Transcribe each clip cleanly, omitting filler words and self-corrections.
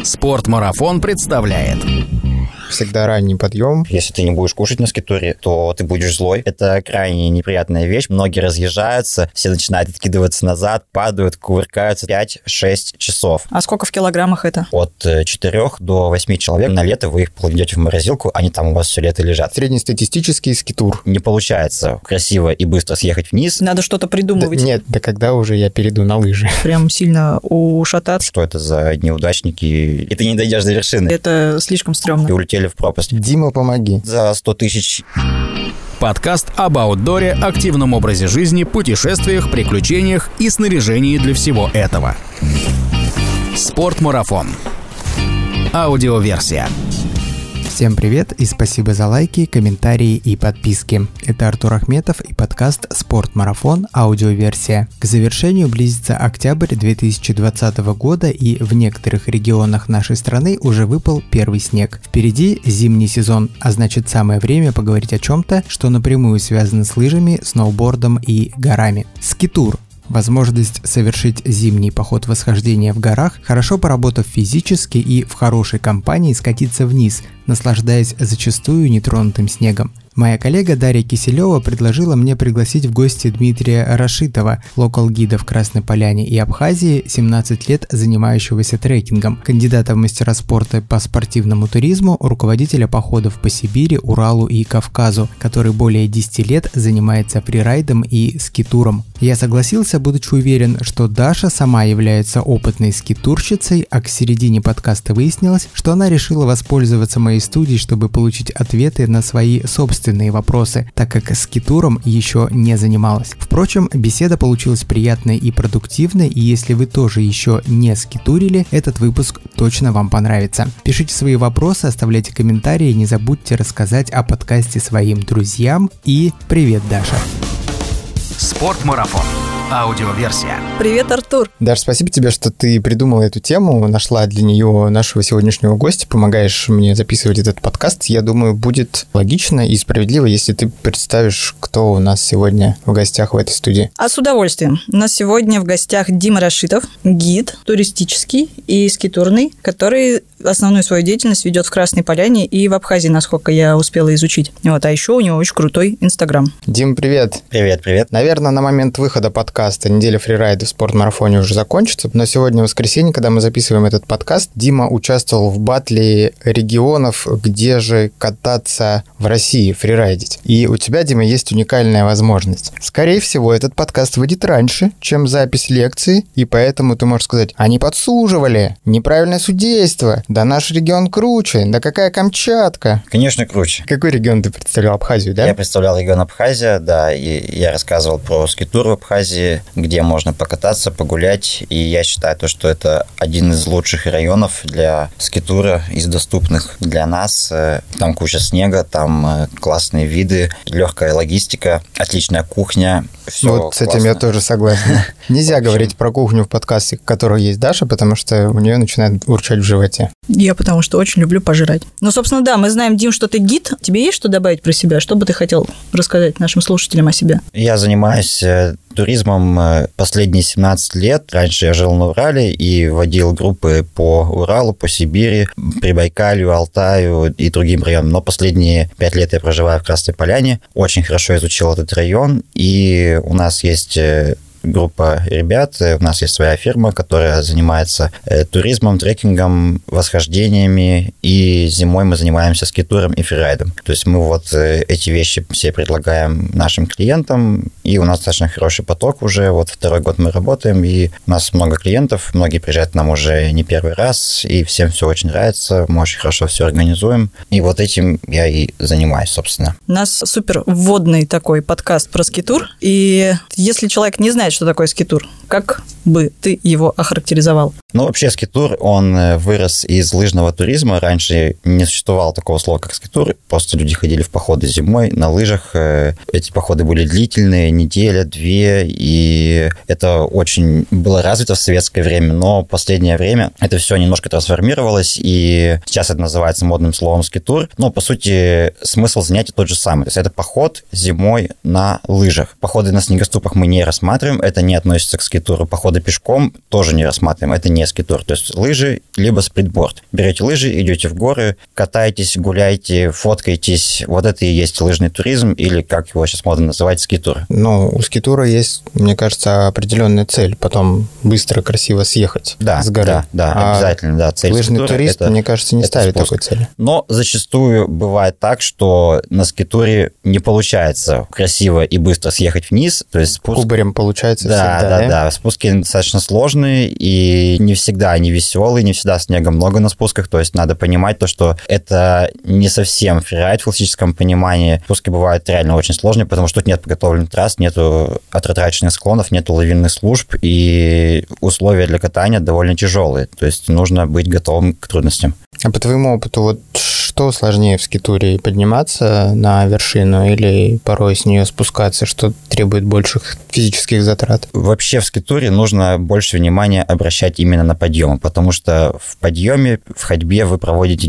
Спортмарафон представляет. Всегда ранний подъем. Если ты не будешь кушать на скитуре, то ты будешь злой. Это крайне неприятная вещь. Многие разъезжаются, все начинают откидываться назад, падают, кувыркаются 5-6 часов. А сколько в килограммах это? От 4 до 8 человек. На лето вы их кладете в морозилку, они там у вас все лето лежат. Среднестатистический скитур. Не получается красиво и быстро съехать вниз. Надо что-то придумывать. Да когда уже я перейду на лыжи? Прям сильно ушататься. Что это за неудачники? И ты не дойдешь до вершины. Это слишком стрёмно. И улетели в пропасть. Дима, помоги. За 100 тысяч. Подкаст об аутдоре, активном образе жизни, путешествиях, приключениях и снаряжении для всего этого. Спортмарафон. Аудиоверсия. Всем привет и спасибо за лайки, комментарии и подписки. Это Артур Ахметов и подкаст «Спортмарафон. Аудиоверсия». К завершению близится октябрь 2020 года, и в некоторых регионах нашей страны уже выпал первый снег. Впереди зимний сезон, а значит самое время поговорить о чем-то, что напрямую связано с лыжами, сноубордом и горами. Скитур. Возможность совершить зимний поход восхождения в горах, хорошо поработав физически и в хорошей компании скатиться вниз, наслаждаясь зачастую нетронутым снегом. Моя коллега Дарья Киселева предложила мне пригласить в гости Дмитрия Рашитова, локал-гида в Красной Поляне и Абхазии, 17 лет занимающегося трекингом, кандидата в мастера спорта по спортивному туризму, руководителя походов по Сибири, Уралу и Кавказу, который более 10 лет занимается фрирайдом и скитуром. Я согласился, будучи уверен, что Даша сама является опытной скитурщицей, а к середине подкаста выяснилось, что она решила воспользоваться моей студией, чтобы получить ответы на свои собственные вопросы, так как скитуром еще не занималась. Впрочем, беседа получилась приятной и продуктивной, и если вы тоже еще не скитурили, этот выпуск точно вам понравится. Пишите свои вопросы, оставляйте комментарии, не забудьте рассказать о подкасте своим друзьям. И привет, Даша! Спортмарафон. Аудиоверсия. Привет, Артур. Даш, спасибо тебе, что ты придумала эту тему, нашла для нее нашего сегодняшнего гостя, помогаешь мне записывать этот подкаст. Я думаю, будет логично и справедливо, если ты представишь, кто у нас сегодня в гостях в этой студии. А с удовольствием. У нас сегодня в гостях Дима Рашитов, гид туристический и скитурный, который основную свою деятельность ведет в Красной Поляне и в Абхазии, насколько я успела изучить. А еще у него очень крутой Инстаграм. Дим, привет. Привет. Наверное, на момент выхода подкаста неделя фрирайда в спортмарафоне уже закончится, но сегодня воскресенье, когда мы записываем этот подкаст, Дима участвовал в баттле регионов, где же кататься в России, фрирайдить. И у тебя, Дима, есть уникальная возможность. Скорее всего, этот подкаст выйдет раньше, чем запись лекции, и поэтому ты можешь сказать: они подсуживали, неправильное судейство, да наш регион круче, да какая Камчатка. Конечно, круче. Какой регион ты представлял? Абхазию, да? Я представлял регион Абхазия, да, и я рассказывал про скитур в Абхазии, где можно покататься, погулять, и я считаю, что это один из лучших районов для скитура из доступных для нас. Там куча снега, там классные виды, легкая логистика, отличная кухня. Все вот с этим я тоже согласен. Нельзя говорить про кухню в подкасте, в которой есть Даша, потому что у нее начинает урчать в животе. Я потому что очень люблю пожрать. Ну, собственно, да, мы знаем, Дим, что ты гид. Тебе есть что добавить про себя? Что бы ты хотел рассказать нашим слушателям о себе? Я занимаюсь туризмом последние 17 лет. Раньше я жил на Урале и водил группы по Уралу, по Сибири, Прибайкалью, Алтаю и другим районам. Но последние 5 лет я проживаю в Красной Поляне. Очень хорошо изучил этот район. И у нас есть группа ребят, у нас есть своя фирма, которая занимается туризмом, трекингом, восхождениями, и зимой мы занимаемся скитуром и фрирайдом. То есть мы вот эти вещи все предлагаем нашим клиентам, и у нас достаточно хороший поток уже, вот второй год мы работаем, и у нас много клиентов, многие приезжают к нам уже не первый раз, и всем все очень нравится, мы очень хорошо все организуем, и вот этим я и занимаюсь, собственно. У нас супер вводный такой подкаст про скитур, и если человек не знает, что такое скитур, как бы ты его охарактеризовал? Ну, вообще скитур, он вырос из лыжного туризма. Раньше не существовало такого слова, как скитур. Просто люди ходили в походы зимой на лыжах. Эти походы были длительные, неделя, две, и это очень было развито в советское время, но в последнее время это все немножко трансформировалось, и сейчас это называется модным словом скитур. Но, по сути, смысл занятия тот же самый. То есть это поход зимой на лыжах. Походы на снегоступах мы не рассматриваем. это не относится к скитуру. Походы пешком тоже не рассматриваем, это не скитур. То есть лыжи либо сплитборд. Берете лыжи, идете в горы, катаетесь, гуляете, фоткаетесь. Вот это и есть лыжный туризм, или, как его сейчас модно называть, скитур. Ну, у скитура есть, мне кажется, определенная цель, потом быстро, красиво съехать с горы. Да, обязательно, да. Цель лыжный скитура, турист, мне кажется, не ставит такой цели. Но зачастую бывает так, что на скитуре не получается красиво и быстро съехать вниз. То есть спуск... Кубарем получается всегда. Да. Спуски достаточно сложные, и не всегда они веселые, не всегда снега много на спусках. То есть надо понимать то, что это не совсем фрирайд в классическом понимании. Спуски бывают реально очень сложные, потому что тут нет подготовленных трасс, нету отратраченных склонов, нету лавинных служб, и условия для катания довольно тяжелые. То есть нужно быть готовым к трудностям. А по твоему опыту, вот что сложнее в скитуре, подниматься на вершину или порой с нее спускаться, что требует больших физических затрат? Вообще в скитуре нужно больше внимания обращать именно на подъемы, потому что в подъеме, в ходьбе вы проводите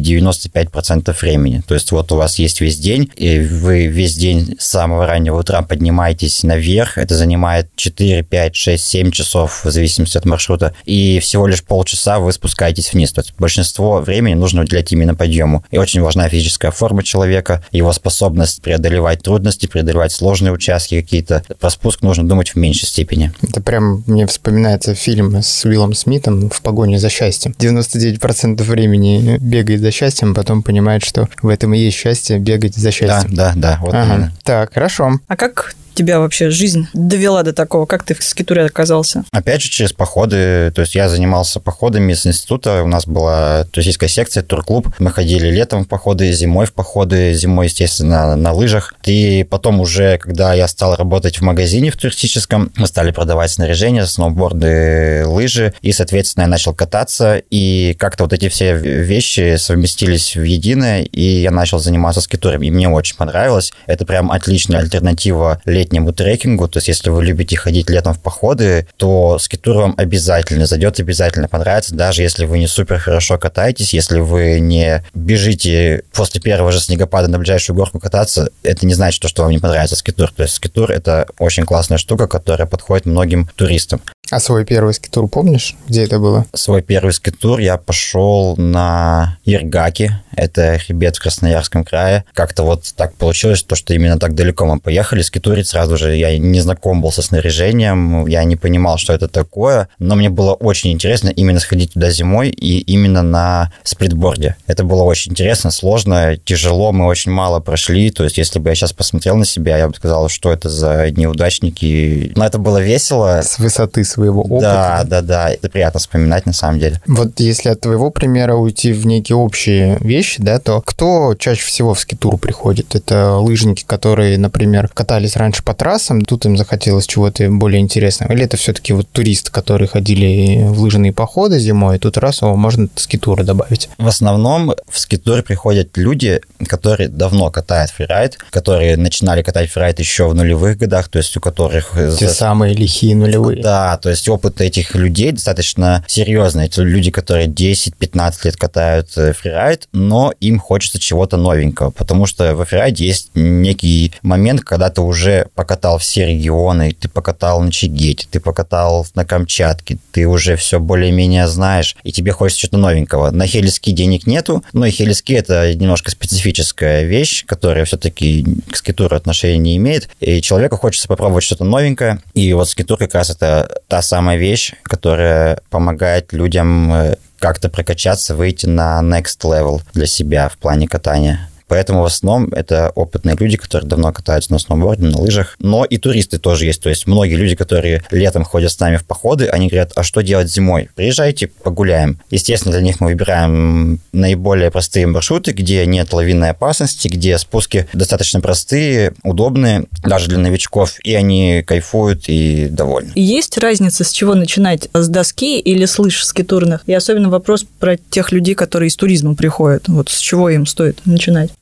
95% времени. То есть вот у вас есть весь день, и вы весь день с самого раннего утра поднимаетесь наверх. Это занимает 4, 5, 6, 7 часов в зависимости от маршрута. И всего лишь полчаса вы спускаетесь вниз. То есть большинство времени нужно уделять именно подъему. И очень важна физическая форма человека, его способность преодолевать трудности, преодолевать сложные участки какие-то. Про спуск нужно думать в меньшей степени. Это прям мне вспоминается фильм с Уиллом Смитом «В погоне за счастьем». 99% времени бегает за счастьем, потом понимает, что в этом и есть счастье, бегать за счастьем. Да, вот именно. Так, хорошо. А как тебя вообще жизнь довела до такого? Как ты в скитуре оказался? Опять же, через походы. То есть я занимался походами с института. У нас была туристическая секция, турклуб. Мы ходили летом в походы, зимой в походы. Зимой, естественно, на лыжах. И потом уже, когда я стал работать в магазине в туристическом, мы стали продавать снаряжение, сноуборды, лыжи. И, соответственно, я начал кататься. И как-то вот эти все вещи совместились в единое. И я начал заниматься скитуром. И мне очень понравилось. Это прям отличная альтернатива летнему трекингу. То есть, если вы любите ходить летом в походы, то скитур вам обязательно зайдет, обязательно понравится, даже если вы не супер хорошо катаетесь, если вы не бежите после первого же снегопада на ближайшую горку кататься, это не значит, что вам не понравится скитур. То есть, скитур — это очень классная штука, которая подходит многим туристам. А свой первый скитур помнишь? Где это было? Свой первый скитур я пошел на Ергаке. Это хребет в Красноярском крае. Как-то вот так получилось, то, что именно так далеко мы поехали скитурить сразу же. Я не знаком был со снаряжением, я не понимал, что это такое, но мне было очень интересно именно сходить туда зимой и именно на сплитборде. Это было очень интересно, сложно, тяжело, мы очень мало прошли. То есть, если бы я сейчас посмотрел на себя, я бы сказал, что это за неудачники. Но это было весело. С высоты своего опыта. Да. Это приятно вспоминать на самом деле. Вот если от твоего примера уйти в некие общие вещи, да, то кто чаще всего в скитур приходит? Это лыжники, которые, например, катались раньше по трассам, тут им захотелось чего-то более интересного? Или это все-таки вот туристы, которые ходили в лыжные походы зимой, и тут раз можно скитуры добавить? В основном в скитур приходят люди, которые давно катают фрирайд, которые начинали катать фрирайд еще в нулевых годах, то есть у которых... Те самые лихие нулевые. Да, то есть опыт этих людей достаточно серьезный. Это люди, которые 10-15 лет катают фрирайд, но им хочется чего-то новенького, потому что во фрирайде есть некий момент, когда ты уже покатал все регионы, ты покатал на Чигете, ты покатал на Камчатке, ты уже все более-менее знаешь, и тебе хочется что-то новенького. На хелиски денег нету, но и хелиски — это немножко специфическая вещь, которая все-таки к скитуру отношения не имеет, и человеку хочется попробовать что-то новенькое, и вот скитур как раз это та самая вещь, которая помогает людям как-то прокачаться, выйти на next level для себя в плане катания. Поэтому в основном это опытные люди, которые давно катаются на сноуборде, на лыжах. Но и туристы тоже есть. То есть многие люди, которые летом ходят с нами в походы, они говорят, а что делать зимой? Приезжайте, погуляем. Естественно, для них мы выбираем наиболее простые маршруты, где нет лавинной опасности, где спуски достаточно простые, удобные, даже для новичков, и они кайфуют и довольны. Есть разница, с чего начинать? С доски или с лыж скитурных? И особенно вопрос про тех людей, которые из туризма приходят. Вот с чего им стоит начинать?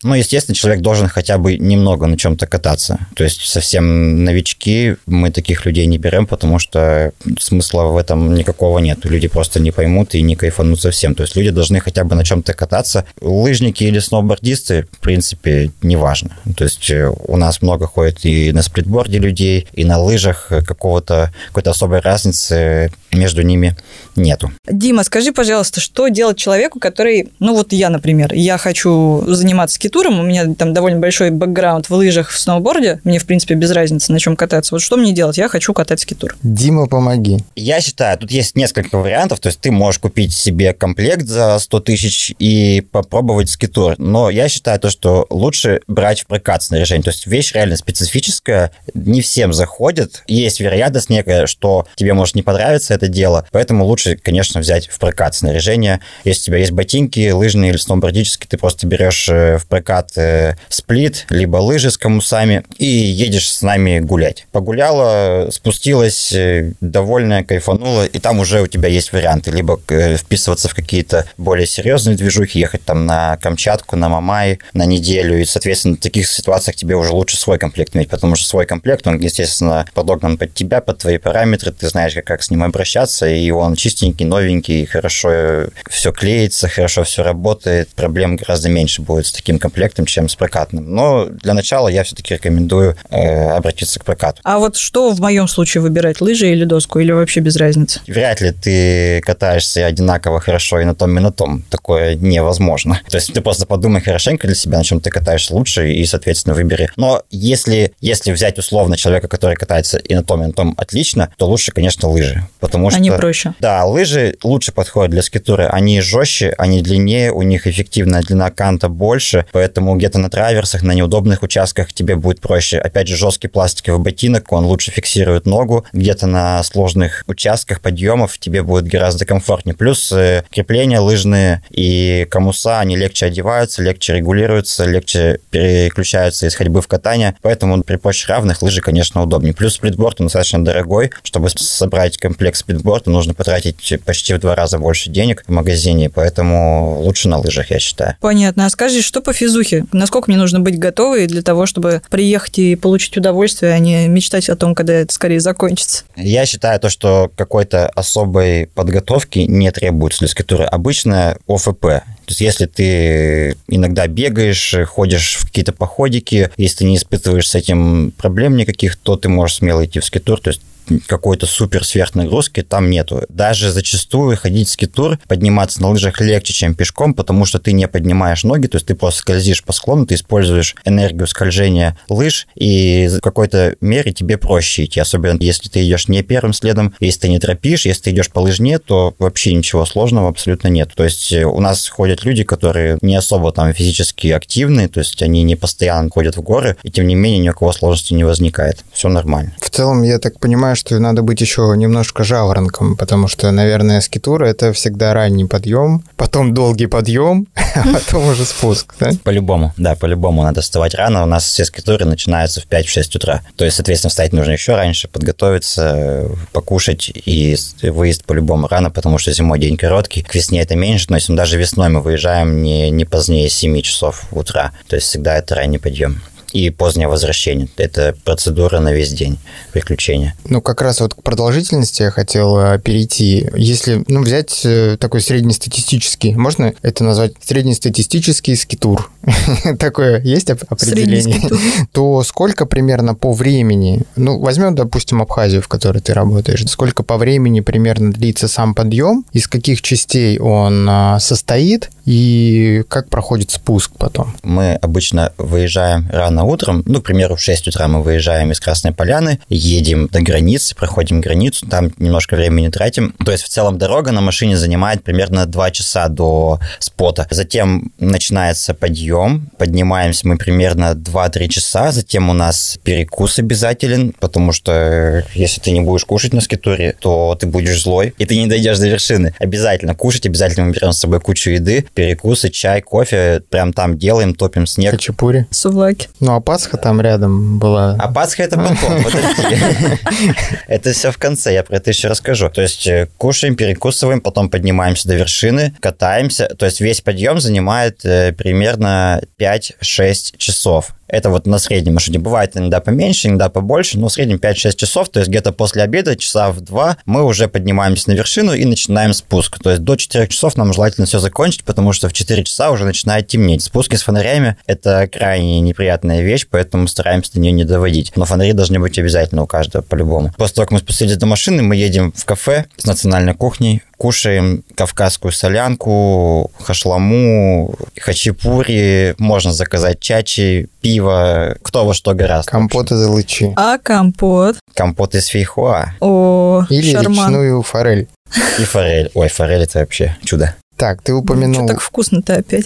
Ну, естественно, человек должен хотя бы немного на чем-то кататься. То есть совсем новички, мы таких людей не берем, потому что смысла в этом никакого нет. Люди просто не поймут и не кайфанут совсем. То есть люди должны хотя бы на чем-то кататься. Лыжники или сноубордисты, в принципе, неважно. То есть у нас много ходит и на сплитборде людей, и на лыжах. Какой-то особой разницы между ними нету. Дима, скажи, пожалуйста, что делать человеку, который, ну вот я, например, я хочу заниматься скитуром, у меня там довольно большой бэкграунд в лыжах, в сноуборде, мне, в принципе, без разницы, на чем кататься. Вот что мне делать? Я хочу катать скитур. Дима, помоги. Я считаю, тут есть несколько вариантов, то есть ты можешь купить себе комплект за 100 тысяч и попробовать скитур, но я считаю то, что лучше брать в прокат снаряжение, то есть вещь реально специфическая, не всем заходит, есть вероятность некая, что тебе может не понравиться это дело, поэтому лучше, конечно, взять в прокат снаряжение. Если у тебя есть ботинки, лыжные или сноубордические, ты просто берешь в прокат сплит, либо лыжи с камусами и едешь с нами гулять. Погуляла, спустилась, довольная, кайфанула, и там уже у тебя есть варианты. Либо вписываться в какие-то более серьезные движухи, ехать там на Камчатку, на Мамай на неделю, и, соответственно, в таких ситуациях тебе уже лучше свой комплект иметь, потому что свой комплект, он, естественно, подогнан под тебя, под твои параметры, ты знаешь, как с ним обращаться, и он чистенький, новенький, хорошо все клеится, хорошо все работает, проблем гораздо меньше будет с таким комплектом, чем с прокатным. Но для начала я все-таки рекомендую обратиться к прокату. А вот что в моем случае выбирать, лыжи или доску, или вообще без разницы? Вряд ли ты катаешься одинаково хорошо и на том, и на том. Такое невозможно. То есть ты просто подумай хорошенько для себя, на чем ты катаешься лучше, и, соответственно, выбери. Но если взять условно человека, который катается и на том отлично, то лучше, конечно, лыжи. Потому что... Они проще. Да, лыжи лучше подходят для скитуры. Они жестче, они длиннее, у них эффективная длина канта больше, поэтому где-то на траверсах, на неудобных участках тебе будет проще. Опять же, жесткий пластиковый ботинок, он лучше фиксирует ногу. Где-то на сложных участках подъемов тебе будет гораздо комфортнее. Плюс крепления лыжные и камуса, они легче одеваются, легче регулируются, легче переключаются из ходьбы в катание. Поэтому при прочих равных лыжи, конечно, удобнее. Плюс сплитборд, он достаточно дорогой. Чтобы собрать комплект сплитборда, нужно потратить почти в 2 раза больше денег в магазине, поэтому лучше на лыжах, я считаю. Понятно. А скажи, что по физухе? Насколько мне нужно быть готовой для того, чтобы приехать и получить удовольствие, а не мечтать о том, когда это скорее закончится? Я считаю то, что какой-то особой подготовки не требуется для скитуры. Обычно ОФП. То есть, если ты иногда бегаешь, ходишь в какие-то походики, если ты не испытываешь с этим проблем никаких, то ты можешь смело идти в скитур. То есть, какой-то супер сверхнагрузки там нету. Даже зачастую ходить в скитур, подниматься на лыжах легче, чем пешком, потому что ты не поднимаешь ноги, то есть ты просто скользишь по склону, ты используешь энергию скольжения лыж, и в какой-то мере тебе проще идти, особенно если ты идешь не первым следом, если ты не тропишь, если ты идешь по лыжне, то вообще ничего сложного абсолютно нет. То есть у нас ходят люди, которые не особо там физически активны, то есть они не постоянно ходят в горы, и тем не менее ни у кого сложности не возникает. Все нормально. В целом, я так понимаю, что надо быть еще немножко жаворонком, потому что, наверное, скитур — это всегда ранний подъем, потом долгий подъем, а потом уже спуск, да? По-любому, да, по-любому надо вставать рано. У нас все скитуры начинаются в 5-6 утра. То есть, соответственно, встать нужно еще раньше, подготовиться, покушать, и выезд по-любому рано, потому что зимой день короткий. К весне это меньше, но если даже весной мы выезжаем не позднее 7 часов утра. То есть всегда это ранний подъем. И позднее возвращение. Это процедура на весь день приключения. Ну, как раз вот к продолжительности я хотел перейти. Если, взять такой среднестатистический, можно это назвать среднестатистический скитур? Такое есть определение? То сколько примерно по времени, возьмем, допустим, Абхазию, в которой ты работаешь, сколько по времени примерно длится сам подъем, из каких частей он состоит и как проходит спуск потом? Мы обычно выезжаем рано утром, к примеру, в 6 утра мы выезжаем из Красной Поляны, едем до границы, проходим границу, там немножко времени тратим. То есть в целом дорога на машине занимает примерно 2 часа до спота. Затем начинается подъем, поднимаемся мы примерно 2-3 часа, затем у нас перекус обязателен, потому что если ты не будешь кушать на скитуре, то ты будешь злой, и ты не дойдешь до вершины. Обязательно кушать, обязательно мы берем с собой кучу еды, перекусы, чай, кофе, прям там делаем, топим снег. Хачапури. Сувлаки. Ну, а Пасха там рядом была. А Пасха это потом, подожди. Это все в конце, я про это еще расскажу. То есть кушаем, перекусываем, потом поднимаемся до вершины, катаемся. То есть весь подъем занимает примерно 5-6 часов. Это вот на среднем маршруте. Бывает иногда поменьше, иногда побольше, но в среднем 5-6 часов. То есть где-то после обеда, часа в 2, мы уже поднимаемся на вершину и начинаем спуск. То есть до 4 часов нам желательно все закончить, потому что в 4 часа уже начинает темнеть. Спуски с фонарями – это крайне неприятная вещь, поэтому стараемся до нее не доводить. Но фонари должны быть обязательно у каждого по-любому. После того, как мы спустились до машины, мы едем в кафе с национальной кухней, кушаем кавказскую солянку, хашламу, хачапури, можно заказать чачи, пиво, кто во что гораздо. Компот из алычи. А компот? Компот из фейхуа. О, Или шарман. речную форель. И форель. Ой, форель – это вообще чудо. Так, ты упомянул... Что так вкусно-то опять?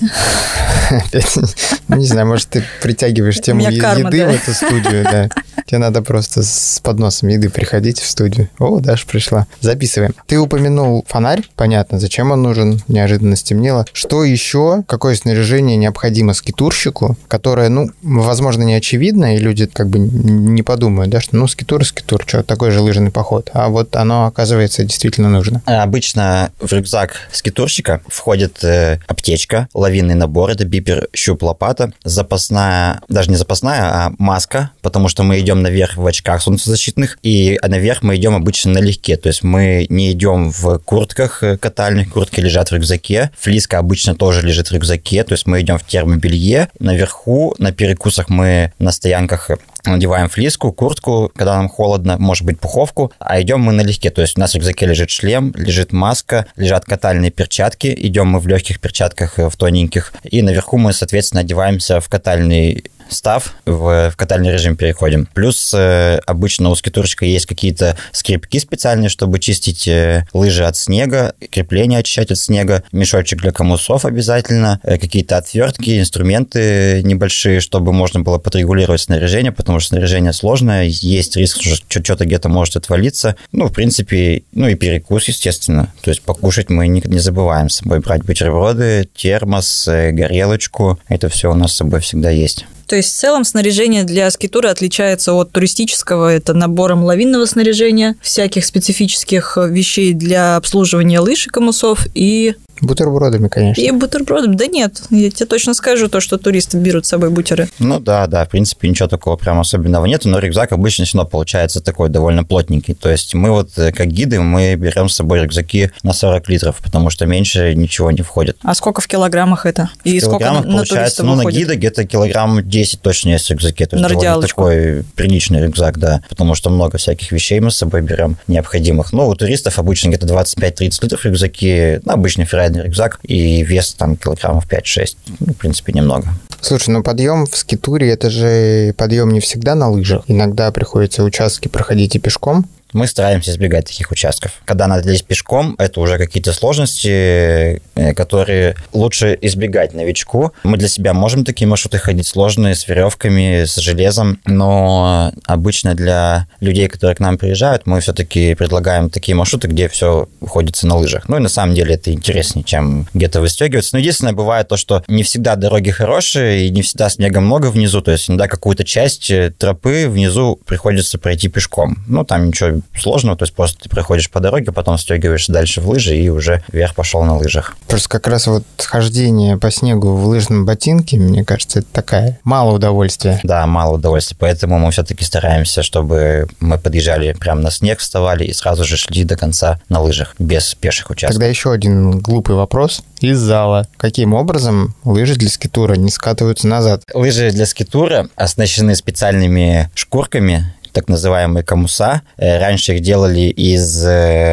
Не знаю, может, ты притягиваешь тему еды в эту студию, да. Тебе надо просто с подносом еды приходить в студию. О, Даша пришла. Записываем. Ты упомянул фонарь. Понятно, зачем он нужен. Неожиданно стемнело. Что еще? Какое снаряжение необходимо скитурщику, которое, ну, возможно, не очевидно, и люди как бы не подумают, да, что, ну, скитур, что такой же лыжный поход. А вот оно, оказывается, действительно нужно. Обычно в рюкзак скитурщика входит аптечка, лавинный набор, это бипер, щуп, лопата, запасная, даже не запасная, а маска, потому что мы идем наверх в очках солнцезащитных, и наверх мы идем обычно налегке, то есть мы не идем в куртках катальных, куртки лежат в рюкзаке, флиска обычно тоже лежит в рюкзаке, то есть мы идем в термобелье, наверху на перекусах мы на стоянках надеваем флиску, куртку, когда нам холодно, может быть, пуховку, а идем мы налегке. То есть у нас в рюкзаке лежит шлем, лежит маска, лежат катальные перчатки, идем мы в легких перчатках, в тоненьких, и наверху мы, соответственно, одеваемся в катальный став, в катальный режим переходим. Плюс обычно у скитурщика есть какие-то скребки специальные, чтобы чистить лыжи от снега, крепления очищать от снега, мешочек для комусов обязательно, какие-то отвертки, инструменты небольшие, чтобы можно было подрегулировать снаряжение, потому что снаряжение сложное, есть риск, что что-то где-то может отвалиться. Ну, в принципе, ну и перекус, естественно. То есть покушать мы не забываем с собой брать бутерброды, термос, горелочку. Это все у нас с собой всегда есть. То есть в целом снаряжение для скитуры отличается от туристического. Это набором лавинного снаряжения, всяких специфических вещей для обслуживания лыж и комусов и... Бутербродами, конечно. И бутербродами. Да нет, я тебе точно скажу то, что туристы берут с собой бутеры. Ну да, в принципе, ничего такого прям особенного нет, но рюкзак обычно все равно получается такой довольно плотненький. То есть мы вот, как гиды, мы берем с собой рюкзаки на 40 литров, потому что меньше ничего не входит. А сколько в килограммах это? И сколько на туристов ну, выходит? на гида где-то килограмм 10 точно есть в рюкзаке. То есть довольно такой приличный рюкзак, да, потому что много всяких вещей мы с собой берем необходимых. Ну, у туристов обычно где-то 25-30 литров в рюкзаке, ну, обычный феррайный рюкзак, и вес там килограммов 5-6, ну, в принципе, немного. Слушай, ну подъем в скитуре, это же подъем не всегда на лыжах. Иногда приходится участки проходить и пешком. Мы стараемся избегать таких участков. Когда надо лезть пешком, это уже какие-то сложности, которые лучше избегать новичку. Мы для себя можем такие маршруты ходить сложные, с веревками, с железом, но обычно для людей, которые к нам приезжают, мы все-таки предлагаем такие маршруты, где все уходится на лыжах. Ну и на самом деле это интереснее, чем где-то выстегиваться. Но единственное, бывает то, что не всегда дороги хорошие и не всегда снега много внизу, то есть иногда какую-то часть тропы внизу приходится пройти пешком. Ну там ничего сложного, то есть просто ты проходишь по дороге, потом стягиваешься дальше в лыжи и уже вверх пошел на лыжах. Просто как раз вот хождение по снегу в лыжном ботинке, мне кажется, это такая мало удовольствия. Да, мало удовольствия, поэтому мы все-таки стараемся, чтобы мы подъезжали прямо на снег, вставали и сразу же шли до конца на лыжах, без пеших участков. Тогда еще один глупый вопрос из зала. Каким образом лыжи для скитура не скатываются назад? Лыжи для скитура оснащены специальными шкурками, так называемые комуса. Раньше их делали из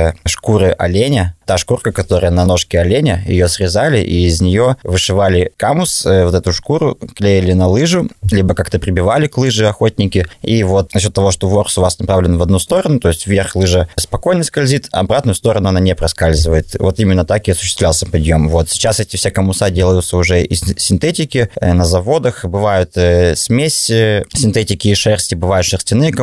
шкуры оленя. Та шкурка, которая на ножке оленя, ее срезали, и из нее вышивали камус, вот эту шкуру, клеили на лыжу, либо как-то прибивали к лыже охотники. И вот насчет того, что ворс у вас направлен в одну сторону, то есть вверх лыжа спокойно скользит, а обратную сторону она не проскальзывает. Вот именно так и осуществлялся подъем. Вот сейчас эти все камуса делаются уже из синтетики на заводах. Бывают смесь синтетики и шерсти, бывают шерстяные камуса,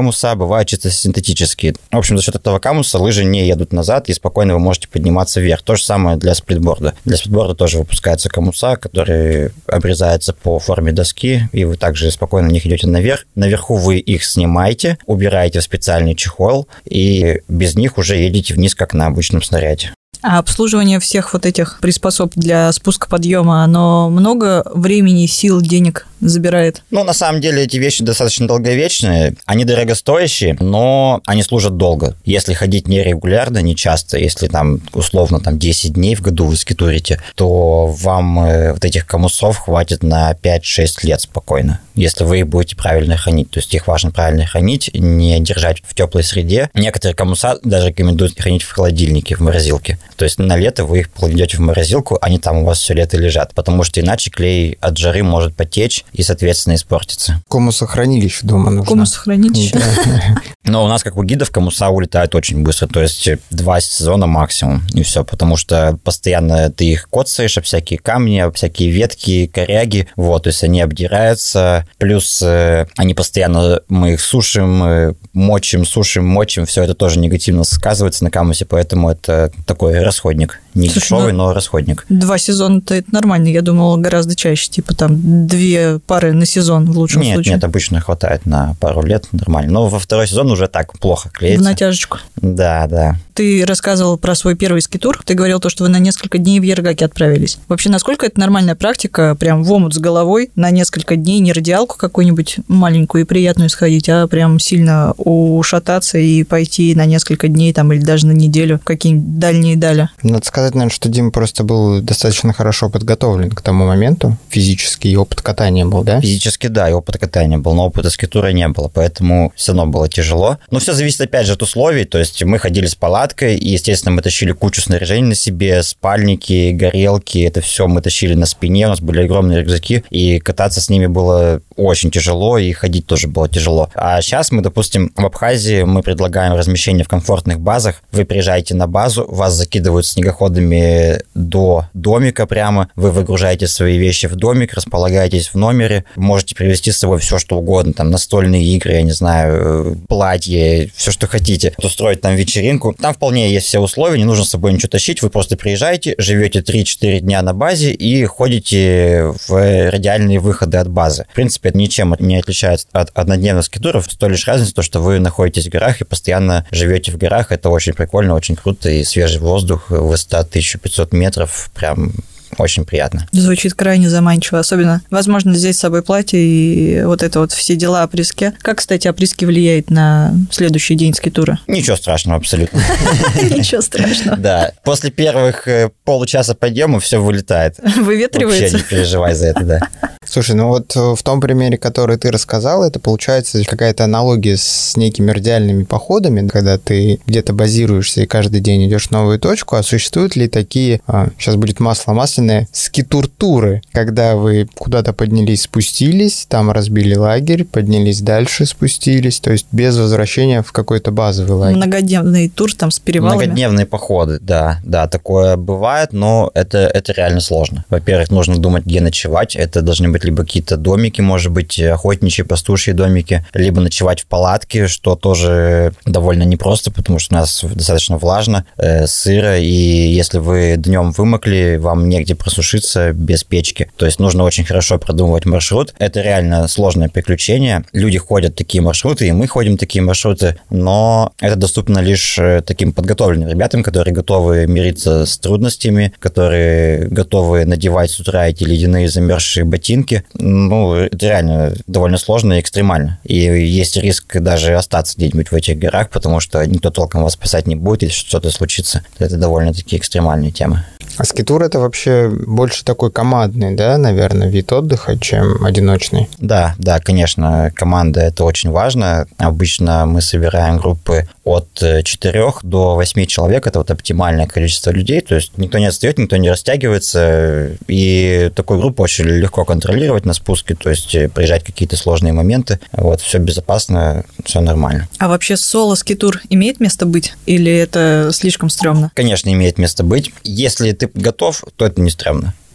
камуса, бывают чисто синтетические. В общем, за счет этого камуса лыжи не едут назад, и спокойно вы можете подниматься вверх. То же самое для сплитборда. Для сплитборда тоже выпускаются камуса, которые обрезаются по форме доски, и вы также спокойно на них идете наверх. Наверху вы их снимаете, убираете в специальный чехол, и без них уже едете вниз, как на обычном снаряде. А обслуживание всех вот этих приспособ для спуска-подъема, оно много времени, сил, денег забирает? Ну, на самом деле, эти вещи достаточно долговечные. Они дорогостоящие, но они служат долго. Если ходить нерегулярно, не часто, если там, условно, 10 дней в году вы скитурите, то вам вот этих камусов хватит на 5-6 лет спокойно, если вы их будете правильно хранить. То есть их важно правильно хранить, не держать в теплой среде. Некоторые камуса даже рекомендуют хранить в холодильнике, в морозилке. То есть на лето вы их кладете в морозилку, они там у вас все лето лежат, потому что иначе клей от жары может потечь и, соответственно, испортиться. Комусохранилище дома нужно. Комусохранилище. Но у нас, как у гидов, камуса улетают очень быстро, то есть 2 сезона максимум, и все, потому что постоянно ты их коцаешь, об всякие камни, об всякие ветки, коряги, вот, то есть они обдираются, плюс они постоянно, мы их сушим, мочим, все это тоже негативно сказывается на камусе, поэтому это такой расходник. Не дешевый, но расходник. 2 сезона-то это нормально. Я думала, гораздо чаще. Типа там 2 пары на сезон в лучшем случае. Нет, обычно хватает на пару лет. Нормально. Но во 2-й сезон уже так плохо клеится. В натяжечку. Да. Ты рассказывал про свой первый скитур. Ты говорил то, что вы на несколько дней в Ергаке отправились. Вообще, насколько это нормальная практика? Прям в омут с головой на несколько дней, не радиалку какую-нибудь маленькую и приятную сходить, а прям сильно ушататься и пойти на несколько дней там или даже на неделю в какие-нибудь дальние дали. Надо сказать, наверное, что Дима просто был достаточно хорошо подготовлен к тому моменту. Физически и опыт катания был, да? Физически, да, и опыт катания был, но опыта скитура не было, поэтому все равно было тяжело. Но все зависит, опять же, от условий, то есть мы ходили с палаткой, и, естественно, мы тащили кучу снаряжения на себе, спальники, горелки, это все мы тащили на спине, у нас были огромные рюкзаки, и кататься с ними было очень тяжело, и ходить тоже было тяжело. А сейчас мы, допустим, в Абхазии мы предлагаем размещение в комфортных базах, вы приезжаете на базу, вас закидывают снегоходами до домика прямо, вы выгружаете свои вещи в домик, располагаетесь в номере, можете привезти с собой все, что угодно, там, настольные игры, я не знаю, платье, все, что хотите, устроить там вечеринку. Там вполне есть все условия, не нужно с собой ничего тащить, вы просто приезжаете, живете 3-4 дня на базе и ходите в радиальные выходы от базы. В принципе, это ничем не отличается от однодневных скитуров, с той лишь разницей, то, что вы находитесь в горах и постоянно живете в горах, это очень прикольно, очень круто, и свежий воздух, высота 1500 метров, прям очень приятно. Звучит крайне заманчиво. Особенно возможно взять с собой платье и вот это вот все дела опрыски. Как, кстати, опрыски влияет на следующий день скитура? Ничего страшного абсолютно. Ничего страшного. Да. После первых получаса подъема все вылетает. Выветривается? Вообще не переживай за это, да. Слушай, ну вот в том примере, который ты рассказал, это получается какая-то аналогия с некими радиальными походами, когда ты где-то базируешься и каждый день идешь в новую точку, а существуют ли такие, сейчас будет масло масляное, скитур-туры, когда вы куда-то поднялись, спустились, там разбили лагерь, поднялись дальше, спустились, то есть без возвращения в какой-то базовый лагерь. Многодневный тур там с перевалами? Многодневные походы, да, такое бывает, но это реально сложно. Во-первых, нужно думать, где ночевать, это должны быть либо какие-то домики, может быть, охотничьи, пастушьи домики, либо ночевать в палатке, что тоже довольно непросто, потому что у нас достаточно влажно, сыро, и если вы днем вымокли, вам негде просушиться без печки. То есть нужно очень хорошо продумывать маршрут. Это реально сложное приключение. Люди ходят такие маршруты, и мы ходим такие маршруты, но это доступно лишь таким подготовленным ребятам, которые готовы мириться с трудностями, которые готовы надевать с утра эти ледяные замерзшие ботинки. Ну, это реально довольно сложно и экстремально. И есть риск даже остаться где-нибудь в этих горах, потому что никто толком вас спасать не будет, если что-то случится. Это довольно-таки экстремальные темы. А скитур это вообще больше такой командный, да, наверное, вид отдыха, чем одиночный? Да, конечно, команда это очень важно. Обычно мы собираем группы от 4 до 8 человек, это вот оптимальное количество людей, то есть никто не отстает, никто не растягивается, и такую группу очень легко контролировать на спуске, то есть проезжать какие-то сложные моменты, вот, все безопасно, все нормально. А вообще соло-скитур имеет место быть или это слишком стрёмно? Конечно, имеет место быть. Если ты готов, то это не стрёмно.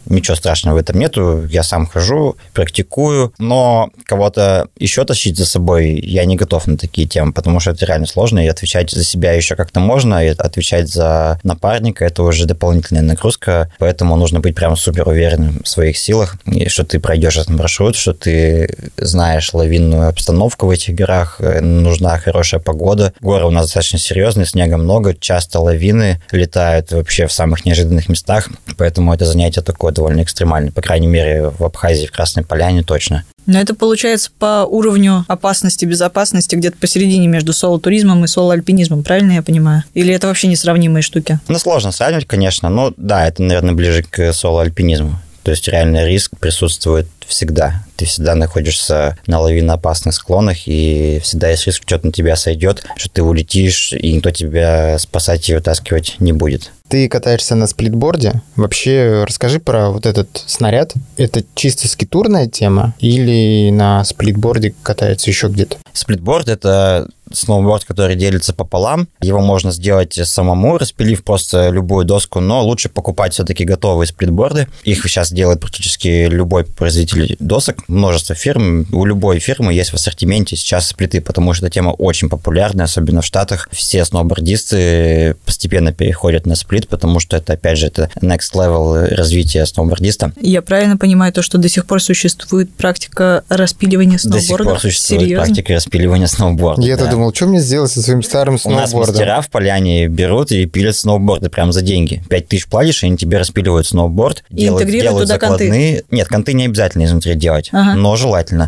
ничего страшного в этом нету. Я сам хожу, практикую, но кого-то еще тащить за собой я не готов на такие темы, потому что это реально сложно, и отвечать за себя еще как-то можно, и отвечать за напарника – это уже дополнительная нагрузка, поэтому нужно быть прям супер уверенным в своих силах, и что ты пройдешь этот маршрут, что ты знаешь лавинную обстановку в этих горах, нужна хорошая погода. Горы у нас достаточно серьезные, снега много, часто лавины летают вообще в самых неожиданных местах, поэтому это занятие такое довольно экстремальное, по крайней мере, в Абхазии, в Красной Поляне точно. Но это получается по уровню опасности, безопасности где-то посередине между соло-туризмом и соло-альпинизмом, правильно я понимаю? Или это вообще несравнимые штуки? Ну, сложно сравнивать, конечно, но да, это, наверное, ближе к соло-альпинизму. То есть реально риск присутствует всегда. Ты всегда находишься на лавиноопасных склонах, и всегда есть риск, что-то на тебя сойдет, что ты улетишь, и никто тебя спасать и вытаскивать не будет. Ты катаешься на сплитборде. Вообще расскажи про вот этот снаряд. Это чисто скитурная тема или на сплитборде катаются еще где-то? Сплитборд – это сноуборд, который делится пополам. Его можно сделать самому, распилив просто любую доску, но лучше покупать все-таки готовые сплитборды. Их сейчас делает практически любой производитель досок. Множество фирм. У любой фирмы есть в ассортименте сейчас сплиты, потому что эта тема очень популярная, особенно в Штатах. Все сноубордисты постепенно переходят на сплит, потому что это, опять же, это next level развития сноубордиста. Я правильно понимаю то, что до сих пор существует практика распиливания сноуборда? До сих пор существует Серьезно? практика распиливания сноуборда. Я-то думал, что мне сделать со своим старым сноубордом? У нас мастера в Поляне берут и пилят сноуборды прям за деньги. 5000 платишь, и они тебе распиливают сноуборд, и интегрируют туда закладные. Канты? Нет, канты не обязательно изнутри делать, но желательно.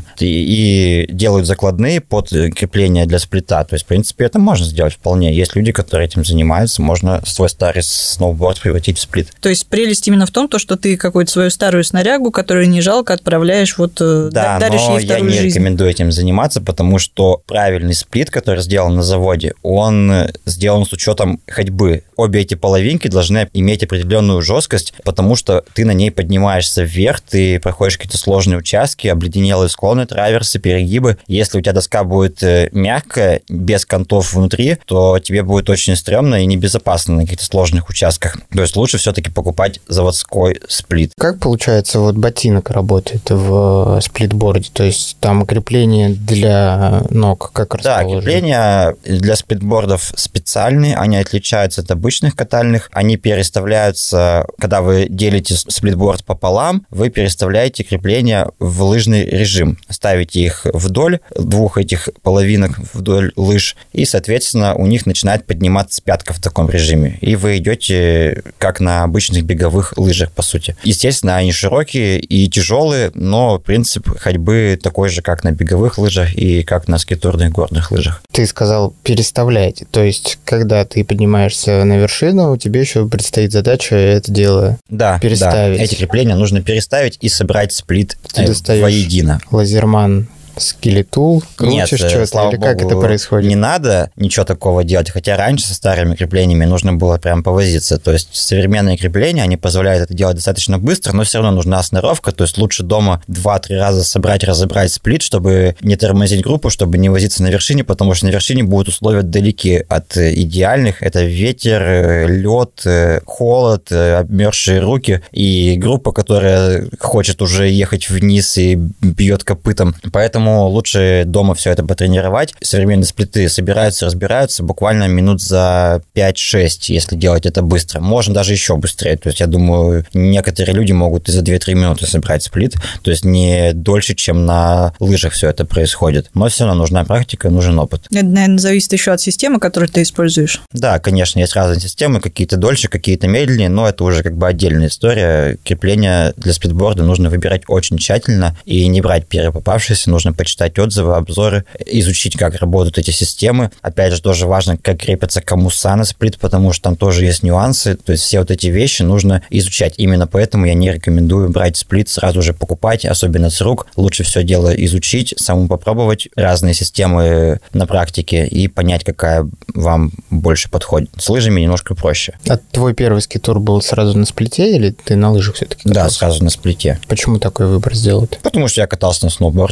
И делают закладные под крепление для сплита. То есть, в принципе, это можно сделать вполне. Есть люди, которые этим занимаются, можно свой старый сноуборд превратить в сплит. То есть прелесть именно в том, что ты какую-то свою старую снарягу, которую не жалко, отправляешь, да, даришь ей вторую жизнь. Да, но я не рекомендую этим заниматься, потому что правильный сплит, который сделан на заводе, он сделан с учетом ходьбы. Обе эти половинки должны иметь определенную жесткость, потому что ты на ней поднимаешься вверх, ты проходишь какие-то сложные участки, обледенелые склоны, траверсы, перегибы. Если у тебя доска будет мягкая, без кантов внутри, то тебе будет очень стрёмно и небезопасно на каких-то сложных участках. То есть лучше все-таки покупать заводской сплит. Как, получается, ботинок работает в сплитборде? То есть там крепление для ног как расположено? Да, крепления для сплитбордов специальные, они отличаются от обычных катальных, они переставляются, когда вы делите сплитборд пополам, вы переставляете крепления в лыжный режим, ставите их вдоль двух этих половинок вдоль лыж, и, соответственно, у них начинает подниматься пятка в таком режиме, и вы идете как на обычных беговых лыжах, по сути. Естественно, они широкие и тяжелые, но принцип ходьбы такой же, как на беговых лыжах и как на скитурных горных лыжах. Ты сказал, переставляйте. То есть, когда ты поднимаешься на вершину, тебе еще предстоит задача это дело переставить. Да, эти крепления нужно переставить и собрать сплит воедино. Лазерман скелетул, крутишь что-то, слава или как богу, это происходит? Не надо ничего такого делать, хотя раньше со старыми креплениями нужно было прям повозиться, то есть современные крепления, они позволяют это делать достаточно быстро, но все равно нужна сноровка, то есть лучше дома 2-3 раза собрать, разобрать сплит, чтобы не тормозить группу, чтобы не возиться на вершине, потому что на вершине будут условия далеки от идеальных, это ветер, лед, холод, обмерзшие руки, и группа, которая хочет уже ехать вниз и бьет копытом, поэтому лучше дома все это потренировать. Современные сплиты собираются, разбираются буквально минут за 5-6, если делать это быстро. Можно даже еще быстрее. То есть, я думаю, некоторые люди могут и за 2-3 минуты собрать сплит. То есть, не дольше, чем на лыжах все это происходит. Но все равно нужна практика, нужен опыт. Это, наверное, зависит еще от системы, которую ты используешь. Да, конечно, есть разные системы, какие-то дольше, какие-то медленнее, но это уже как бы отдельная история. Крепление для сплитборда нужно выбирать очень тщательно и не брать первое попавшееся, нужно почитать отзывы, обзоры, изучить, как работают эти системы. Опять же, тоже важно, как крепятся комуса на сплит, потому что там тоже есть нюансы. То есть все вот эти вещи нужно изучать. Именно поэтому я не рекомендую брать сплит, сразу же покупать, особенно с рук. Лучше все дело изучить, самому попробовать разные системы на практике и понять, какая вам больше подходит. С лыжами немножко проще. А твой первый скитур был сразу на сплите или ты на лыжах все-таки катался? Да, сразу на сплите. Почему такой выбор сделал? Потому что я катался на сноуборде, и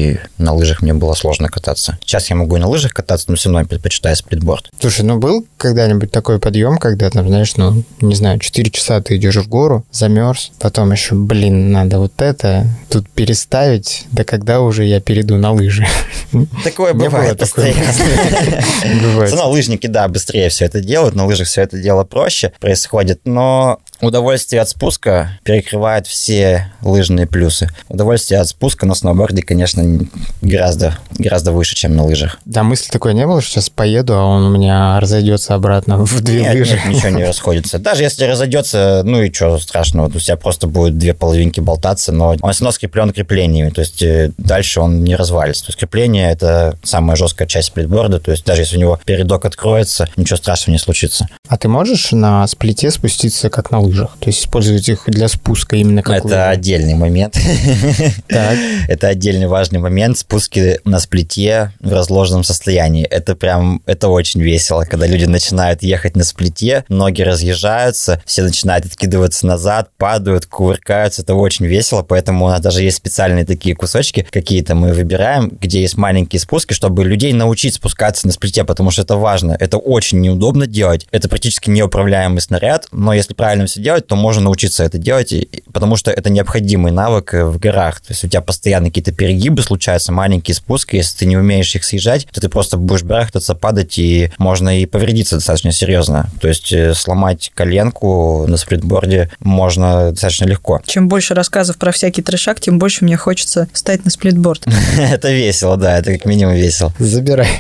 и на лыжах мне было сложно кататься. Сейчас я могу и на лыжах кататься, но все равно я предпочитаю сплитборд. Слушай, был когда-нибудь такой подъем, когда, там, знаешь, 4 часа ты идешь в гору, замерз, потом еще, надо вот это, тут переставить, да когда уже я перейду на лыжи? Такое бывает постоянно. Лыжники, да, быстрее все это делают, на лыжах все это дело проще происходит, но удовольствие от спуска перекрывает все лыжные плюсы. Удовольствие от спуска на сноуборде, конечно, гораздо выше, чем на лыжах. Да, мысли такой не было, что сейчас поеду, а он у меня разойдется обратно в две лыжи. Нет, ничего не расходится. Даже если разойдется, и что страшного, у тебя просто будет две половинки болтаться, но он все равно скреплен креплениями, то есть дальше он не развалится. То есть крепление – это самая жесткая часть сплитборда, то есть даже если у него передок откроется, ничего страшного не случится. А ты можешь на сплите спуститься как на лыжах? То есть использовать их для спуска именно как лыжи? Это отдельный момент. Это отдельный важный момент. Спуски на сплите в разложенном состоянии. Это очень весело, когда люди начинают ехать на сплите, ноги разъезжаются, все начинают откидываться назад, падают, кувыркаются. Это очень весело, поэтому у нас даже есть специальные такие кусочки какие-то мы выбираем, где есть маленькие спуски, чтобы людей научить спускаться на сплите, потому что это важно. Это очень неудобно делать. Это практически неуправляемый снаряд, но если правильно все делать, то можно научиться это делать, потому что это необходимый навык в горах. То есть у тебя постоянно какие-то перегибы случаются, маленькие спуски. Если ты не умеешь их съезжать, то ты просто будешь барахтаться, падать, и можно и повредиться достаточно серьезно. То есть сломать коленку на сплитборде можно достаточно легко. Чем больше рассказов про всякий трешак, тем больше мне хочется встать на сплитборд. Это весело, да, это как минимум весело. Забирай.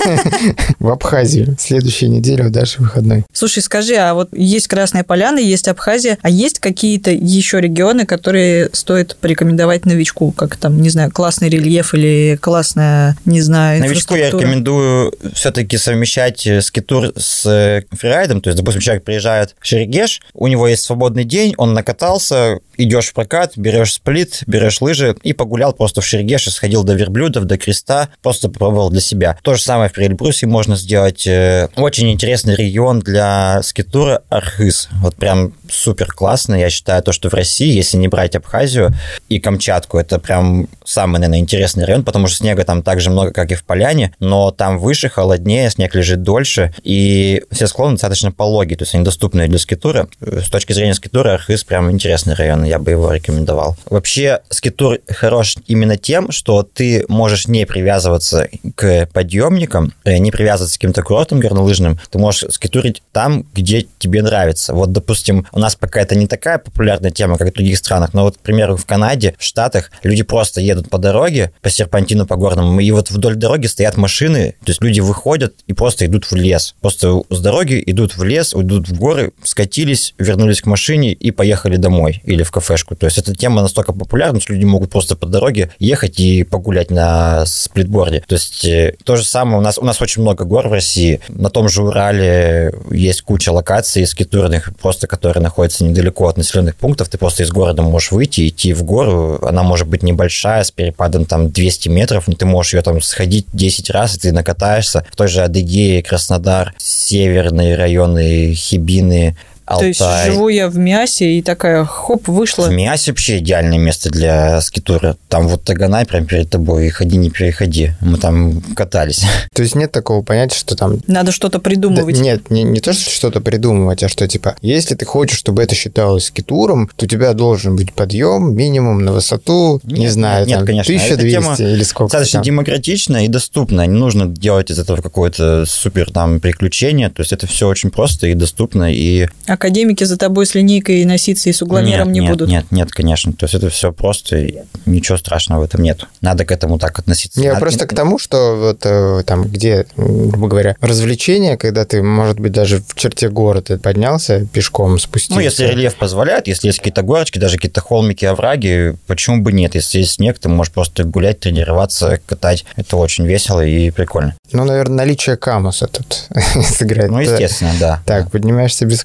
В Абхазию. Следующей неделе у Даши выходной. Слушай, скажи, а вот есть Красная Поляна, есть Абхазия, а есть какие-то еще регионы, которые стоит порекомендовать новичку? Как там, не знаю, классный рельеф или классная, не знаю, новичку я рекомендую все-таки совмещать скитур с фрирайдом. То есть, допустим, человек приезжает в Шерегеш, у него есть свободный день, он накатался, идешь в прокат, берешь сплит, берешь лыжи и погулял просто в Шерегеше, сходил до верблюдов, до креста, просто попробовал для себя. То же самое в Приэльбрусе можно сделать. Очень интересный регион для скитура Архыз. Вот прям супер классно. Я считаю, то, что в России, если не брать Абхазию и Камчатку, это прям самый, наверное, интересный район, потому что снега там так же много, как и в Поляне, но там выше, холоднее, снег лежит дольше, и все склоны достаточно пологие, то есть они доступны для скитура. С точки зрения скитура Архыз прям интересный район, я бы его рекомендовал. Вообще, скитур хорош именно тем, что ты можешь не привязываться к подъемникам, не привязываться к каким-то курортам горнолыжным, ты можешь скитурить там, где тебе нравится. Вот, допустим, у нас пока это не такая популярная тема, как в других странах, но вот, к примеру, в Канаде, в Штатах люди просто едут по дороге, по серпантину, по горному, и вот вдоль дороги стоят машины, то есть люди выходят и просто идут в лес. Просто с дороги идут в лес, идут в горы, скатились, вернулись к машине и поехали домой или в кафешку. То есть эта тема настолько популярна, что люди могут просто по дороге ехать и погулять на сплитборде. То есть то же самое, у нас очень много гор в России. На том же Урале есть куча локаций скитурных, просто которые находятся недалеко от населенных пунктов. Ты просто из города можешь выйти, идти в гору. Она может быть небольшая, с перепадом там 200 метров, но ты можешь ее там сходить 10 раз, и ты накатаешься. В той же Адыгее, Краснодар, северные районы, Хибины, Алтай. То есть живу я в Миасе и такая, хоп, вышла. В Миасе вообще идеальное место для скитура. Там вот Таганай прям перед тобой, и ходи, не переходи. Мы там катались. То есть нет такого понятия, что там... Надо что-то придумывать. Да, нет, не то, что что-то придумывать, а что типа, если ты хочешь, чтобы это считалось скитуром, то у тебя должен быть подъем минимум на высоту, не знаю, нет, там, конечно. 1200 или сколько. Достаточно демократично и доступно. Не нужно делать из этого какое-то супер там приключение. То есть это все очень просто и доступно. И... Академики за тобой с линейкой носиться и с угломером не будут. Нет, конечно. То есть это все просто, и ничего страшного в этом нет. Надо к этому так относиться. Я просто к тому, что вот там, где, грубо говоря, развлечения, когда ты, может быть, даже в черте города поднялся, пешком спустился. Ну, если рельеф позволяет, если есть какие-то горочки, даже какие-то холмики, овраги, почему бы нет? Если есть снег, ты можешь просто гулять, тренироваться, катать. Это очень весело и прикольно. Ну, наверное, наличие камуса тут сыграет. Ну, естественно, да. Так, поднимаешься без камуса,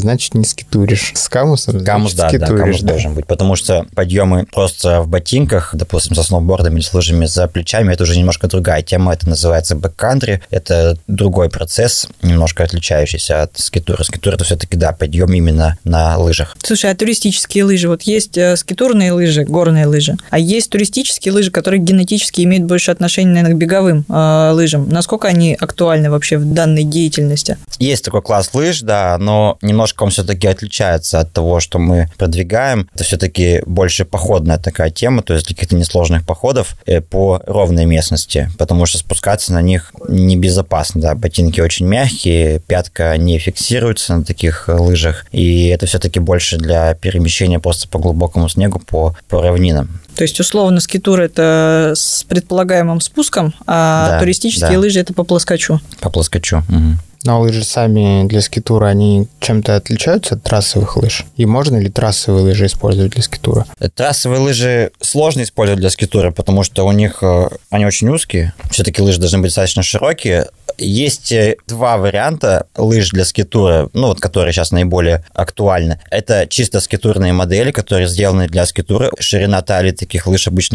значит не скитуришь. С камусом, камус, значит, да, камус должен быть, потому что подъемы просто в ботинках, допустим, со сноубордом или с лыжами за плечами, это уже немножко другая тема, это называется бэккантри, это другой процесс, немножко отличающийся от скитура. Скитур — это все-таки, да, подъем именно на лыжах. Слушай, а туристические лыжи? Вот есть скитурные лыжи, горные лыжи, а есть туристические лыжи, которые генетически имеют больше отношения, наверное, к беговым лыжам. Насколько они актуальны вообще в данной деятельности? Есть такой класс лыж, да, но немножко он все-таки отличается от того, что мы продвигаем. Это все-таки больше походная такая тема, то есть для каких-то несложных походов по ровной местности, потому что спускаться на них небезопасно, да, ботинки очень мягкие, пятка не фиксируется на таких лыжах, и это все-таки больше для перемещения просто по глубокому снегу, по равнинам. То есть, условно, скитур – это с предполагаемым спуском, а туристические лыжи – это по плоскочу. По плоскочу. Угу. Но лыжи сами для скитура, они чем-то отличаются от трассовых лыж? И можно ли трассовые лыжи использовать для скитура? Трассовые лыжи сложно использовать для скитура, потому что у них они очень узкие. Все-таки лыжи должны быть достаточно широкие. Есть два варианта лыж для скитура, которые сейчас наиболее актуальны. Это чисто скитурные модели, которые сделаны для скитура. Ширина талии таких лыж обычно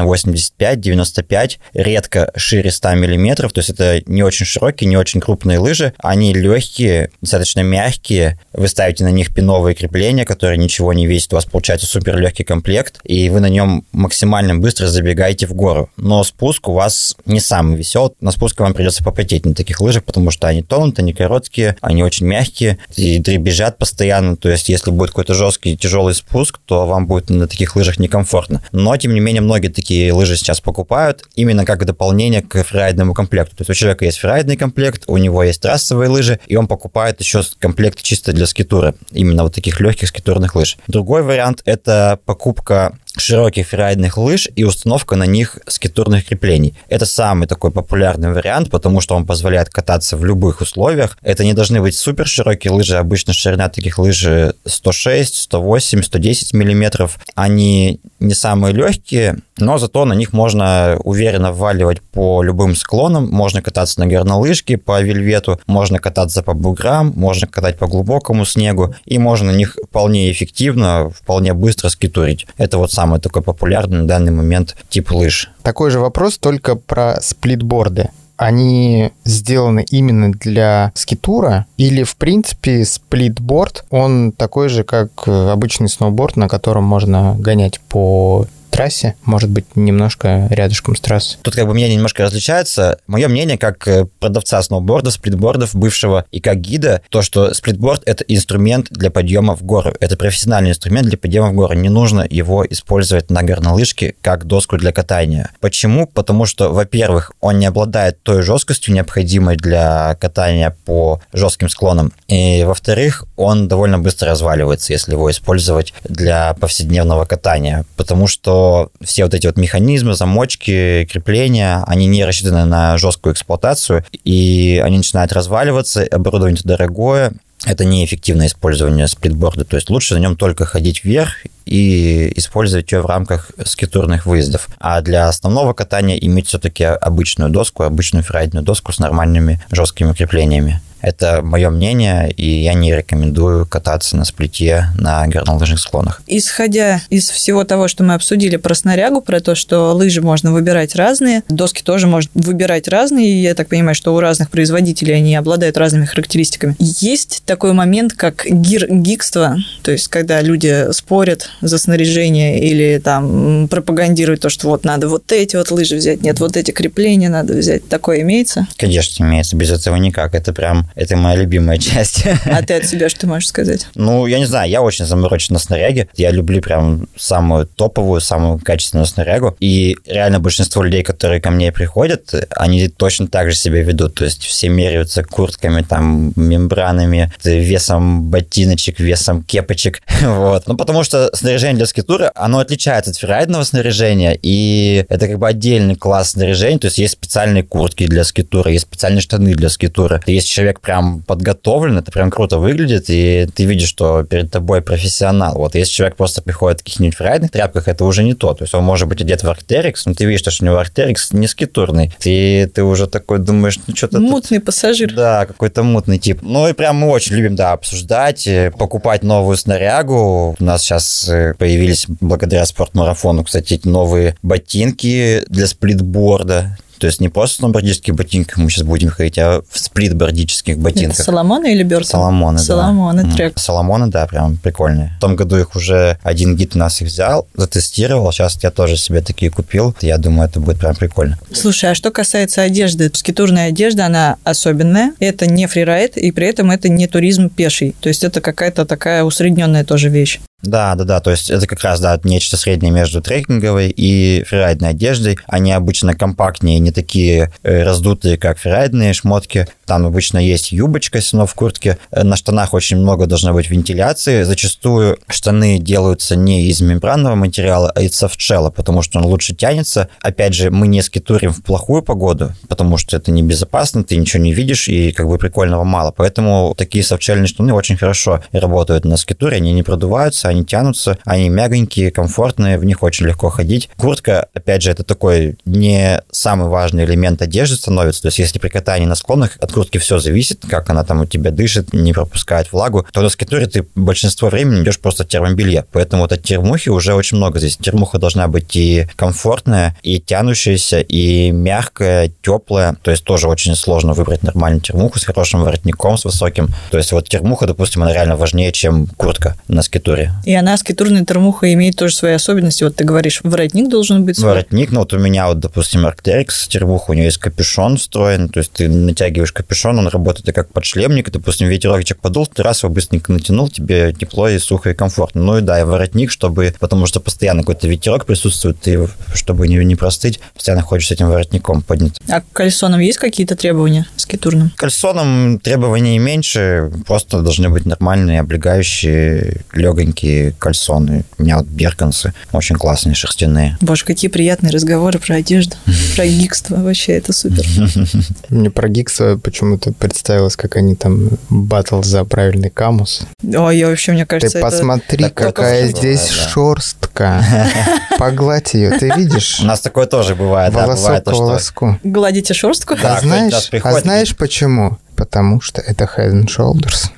85-95, редко шире 100 мм. То есть это не очень широкие, не очень крупные лыжи. Они легкие, достаточно мягкие. Вы ставите на них пиновые крепления, которые ничего не весят. У вас получается супер легкий комплект, и вы на нем максимально быстро забегаете в гору. Но спуск у вас не самый веселый. На спуске вам придется попотеть на таких лыжах, потому что они тонут, они короткие, они очень мягкие и дребезжат постоянно. То есть, если будет какой-то жесткий, тяжелый спуск, то вам будет на таких лыжах некомфортно. Но, тем не менее, многие такие лыжи сейчас покупают именно как дополнение к фрирайдному комплекту. То есть, у человека есть фрирайдный комплект, у него есть трассовые лыжи, и он покупает еще комплект чисто для скитура. Именно вот таких легких скитурных лыж. Другой вариант – это покупка широких фрирайдных лыж и установка на них скитурных креплений. Это самый такой популярный вариант, потому что он позволяет кататься в любых условиях. Это не должны быть супер широкие лыжи. Обычно ширина таких лыж 106, 108, 110 миллиметров. Они не самые легкие, но зато на них можно уверенно вваливать по любым склонам. Можно кататься на горнолыжке по вельвету, можно кататься по буграм, можно катать по глубокому снегу, и можно на них вполне эффективно, вполне быстро скитурить. Это вот самый такой популярный на данный момент тип лыж. Такой же вопрос, только про сплитборды. Они сделаны именно для скитура или, в принципе, сплитборд, он такой же, как обычный сноуборд, на котором можно гонять по трассе, может быть, немножко рядышком с трассой. Тут как бы мнение немножко различается. Мое мнение, как продавца сноубордов, сплитбордов бывшего и как гида, то, что сплитборд – это инструмент для подъема в гору. Это профессиональный инструмент для подъема в гору. Не нужно его использовать на горнолыжке как доску для катания. Почему? Потому что, во-первых, он не обладает той жесткостью, необходимой для катания по жестким склонам. И, во-вторых, он довольно быстро разваливается, если его использовать для повседневного катания. Потому что все вот эти вот механизмы, замочки, крепления, они не рассчитаны на жесткую эксплуатацию, и они начинают разваливаться, оборудование дорогое. Это неэффективное использование сплитборда, то есть лучше на нем только ходить вверх и использовать ее в рамках скитурных выездов. А для основного катания иметь все-таки обычную доску, обычную фрирайдную доску с нормальными жесткими креплениями. Это мое мнение, и я не рекомендую кататься на сплите на горнолыжных склонах. Исходя из всего того, что мы обсудили про снарягу, про то, что лыжи можно выбирать разные, доски тоже можно выбирать разные, и я так понимаю, что у разных производителей они обладают разными характеристиками. Есть такой момент, как гикство, то есть когда люди спорят за снаряжение или там пропагандируют то, что вот надо вот эти вот лыжи взять, нет, вот эти крепления надо взять. Такое имеется? Конечно, имеется. Без этого никак. Это моя любимая часть. А ты от себя что можешь сказать? Я не знаю, я очень заморочен на снаряге. Я люблю прям самую топовую, самую качественную снарягу. И реально большинство людей, которые ко мне приходят, они точно так же себя ведут. То есть все меряются куртками, там, мембранами, весом ботиночек, весом кепочек. Вот. Потому что снаряжение для скитура, оно отличается от фрирайдного снаряжения, и это как бы отдельный класс снаряжения. То есть есть специальные куртки для скитура, есть специальные штаны для скитура. Есть человек, человек прям подготовлен, это прям круто выглядит, и ты видишь, что перед тобой профессионал. Вот если человек просто приходит в каких-нибудь фрирайдных тряпках, это уже не то. То есть он может быть одет в Arc'teryx, но ты видишь, что у него Arc'teryx не скитурный. Ты уже такой думаешь, ну что-то... Мутный пассажир. Да, какой-то мутный тип. Ну и прям мы очень любим, да, обсуждать, покупать новую снарягу. У нас сейчас появились, благодаря спортмарафону, кстати, новые ботинки для сплитборда. То есть не просто в сноубордических ботинках мы сейчас будем ходить, а в сплитбордических ботинках. Это Соломоны или Бёртон? Соломоны, да. Соломоны, трек. Соломоны, да, прям прикольные. В том году их уже один гид у нас их взял, затестировал. Сейчас я тоже себе такие купил. Я думаю, это будет прям прикольно. Слушай, а что касается одежды? Скитурная одежда, она особенная. Это не фрирайд, и при этом это не туризм пеший. То есть это какая-то такая усредненная тоже вещь. Да, то есть это как раз, да, нечто среднее между трекинговой и фрирайдной одеждой. Они обычно компактнее, не такие раздутые, как фрирайдные шмотки. Там обычно есть юбочка, если в куртке. На штанах очень много должно быть вентиляции. Зачастую штаны делаются не из мембранного материала, а из софтшелла, потому что он лучше тянется. Опять же, мы не скитурим в плохую погоду, потому что это небезопасно, ты ничего не видишь и как бы прикольного мало. Поэтому такие софтшельные штаны очень хорошо работают на скитуре, они не продуваются, они тянутся, они мягонькие, комфортные, в них очень легко ходить. Куртка, опять же, это такой не самый важный элемент одежды становится. То есть если при катании на склонах от куртки все зависит, как она там у тебя дышит, не пропускает влагу, то на скитуре ты большинство времени идешь просто в термобелье. Поэтому вот от термухи уже очень много здесь. Термуха должна быть и комфортная, и тянущаяся, и мягкая, теплая. То есть тоже очень сложно выбрать нормальную термуху с хорошим воротником, с высоким. То есть вот термуха, допустим, она реально важнее, чем куртка на скитуре. И она, скитурная термуха, имеет тоже свои особенности. Вот ты говоришь, воротник должен быть свой. Воротник, ну вот у меня вот, допустим, Arc'teryx термуха, у нее есть капюшон встроен, то есть ты натягиваешь капюшон, он работает как подшлемник, и, допустим, ветерочек подул, ты раз его быстренько натянул, тебе тепло и сухо и комфортно. Ну и да, и воротник, потому что постоянно какой-то ветерок присутствует, ты, чтобы не простыть, постоянно ходишь с этим воротником поднят. А к кальсонам есть какие-то требования скитурным? К кальсонам требований меньше, просто должны быть нормальные, облегающие, легонькие кальсоны. У меня вот беркансы очень классные, шерстяные. Боже, какие приятные разговоры про одежду, про гикство. Вообще, это супер. Мне про гикство почему-то представилось, как они там баттл за правильный камус. Ой, вообще, мне кажется, ты посмотри, какая здесь шерстка. Погладь ее, ты видишь? У нас такое тоже бывает. Волосок к волоску. Гладите шерстку? А знаешь почему? Потому что это Head and Shoulders.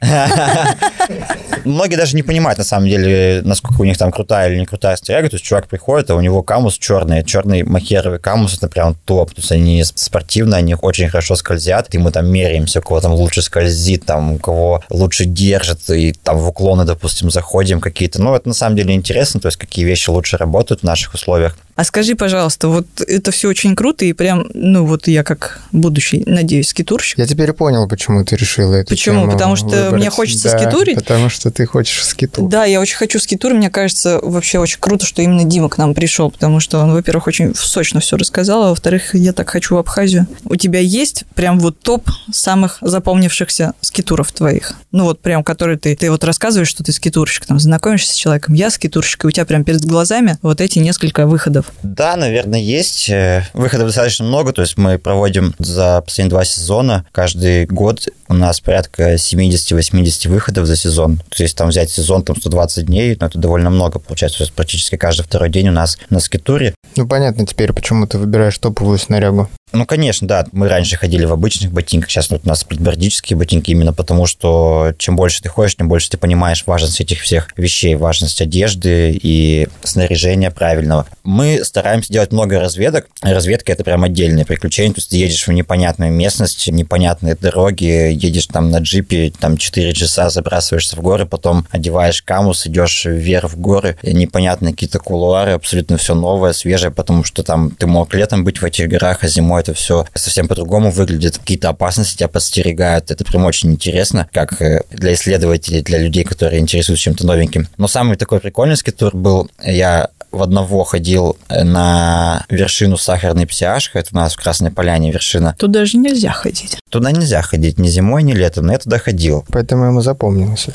Многие даже не понимают, на самом деле, насколько у них там крутая или не крутая снаряга. То есть чувак приходит, а у него камус черный махеровый камус, это прям топ. То есть они спортивные, они очень хорошо скользят, и мы там меряемся, у кого там лучше скользит, там, у кого лучше держит, и там в уклоны, допустим, заходим какие-то. Ну, это на самом деле интересно, то есть какие вещи лучше работают в наших условиях. А скажи, пожалуйста, вот это все очень круто, и прям, ну, вот я как будущий, надеюсь, скитурщик. Я теперь понял, почему ты решила эту Почему? тему Потому что выбрать. мне хочется скитурить. Потому что ты хочешь скитур. Да, я очень хочу скитур. Мне кажется, вообще очень круто, что именно Дима к нам пришел, потому что он, во-первых, очень сочно все рассказал, а во-вторых, я так хочу в Абхазию. У тебя есть прям вот топ самых запомнившихся скитуров твоих? Ну вот прям, которые ты вот рассказываешь, что ты скитурщик, там, знакомишься с человеком, я скитурщик, и у тебя прям перед глазами вот эти несколько выходов. Да, наверное, есть. Выходов достаточно много, то есть мы проводим за последние 2 сезона каждый год у нас порядка 70-80 выходов за сезон. То есть там взять сезон, там 120 дней, но это довольно много получается. То есть практически каждый второй день у нас на скитуре. Ну, понятно теперь, почему ты выбираешь топовую снарягу. Ну, конечно, да. Мы раньше ходили в обычных ботинках, сейчас вот у нас сплитбордические ботинки, именно потому что чем больше ты ходишь, тем больше ты понимаешь важность этих всех вещей, важность одежды и снаряжения правильного. Мы стараемся делать много разведок. Разведка – это прям отдельное приключение. То есть ты едешь в непонятную местность, непонятные дороги, едешь там на джипе, там 4 часа забрасываешься в горы, потом одеваешь камус, идешь вверх в горы, непонятные какие-то кулуары, абсолютно все новое, свежее, потому что там ты мог летом быть в этих горах, а зимой это все совсем по-другому выглядит. Какие-то опасности тебя подстерегают. Это прям очень интересно, как для исследователей, для людей, которые интересуются чем-то новеньким. Но самый такой прикольный скитур был, я в одного ходил на вершину Сахарной Псиашка, это у нас в Красной Поляне вершина. Туда же нельзя ходить. Туда нельзя ходить ни зимой, ни летом, но я туда ходил. Поэтому ему запомнилось.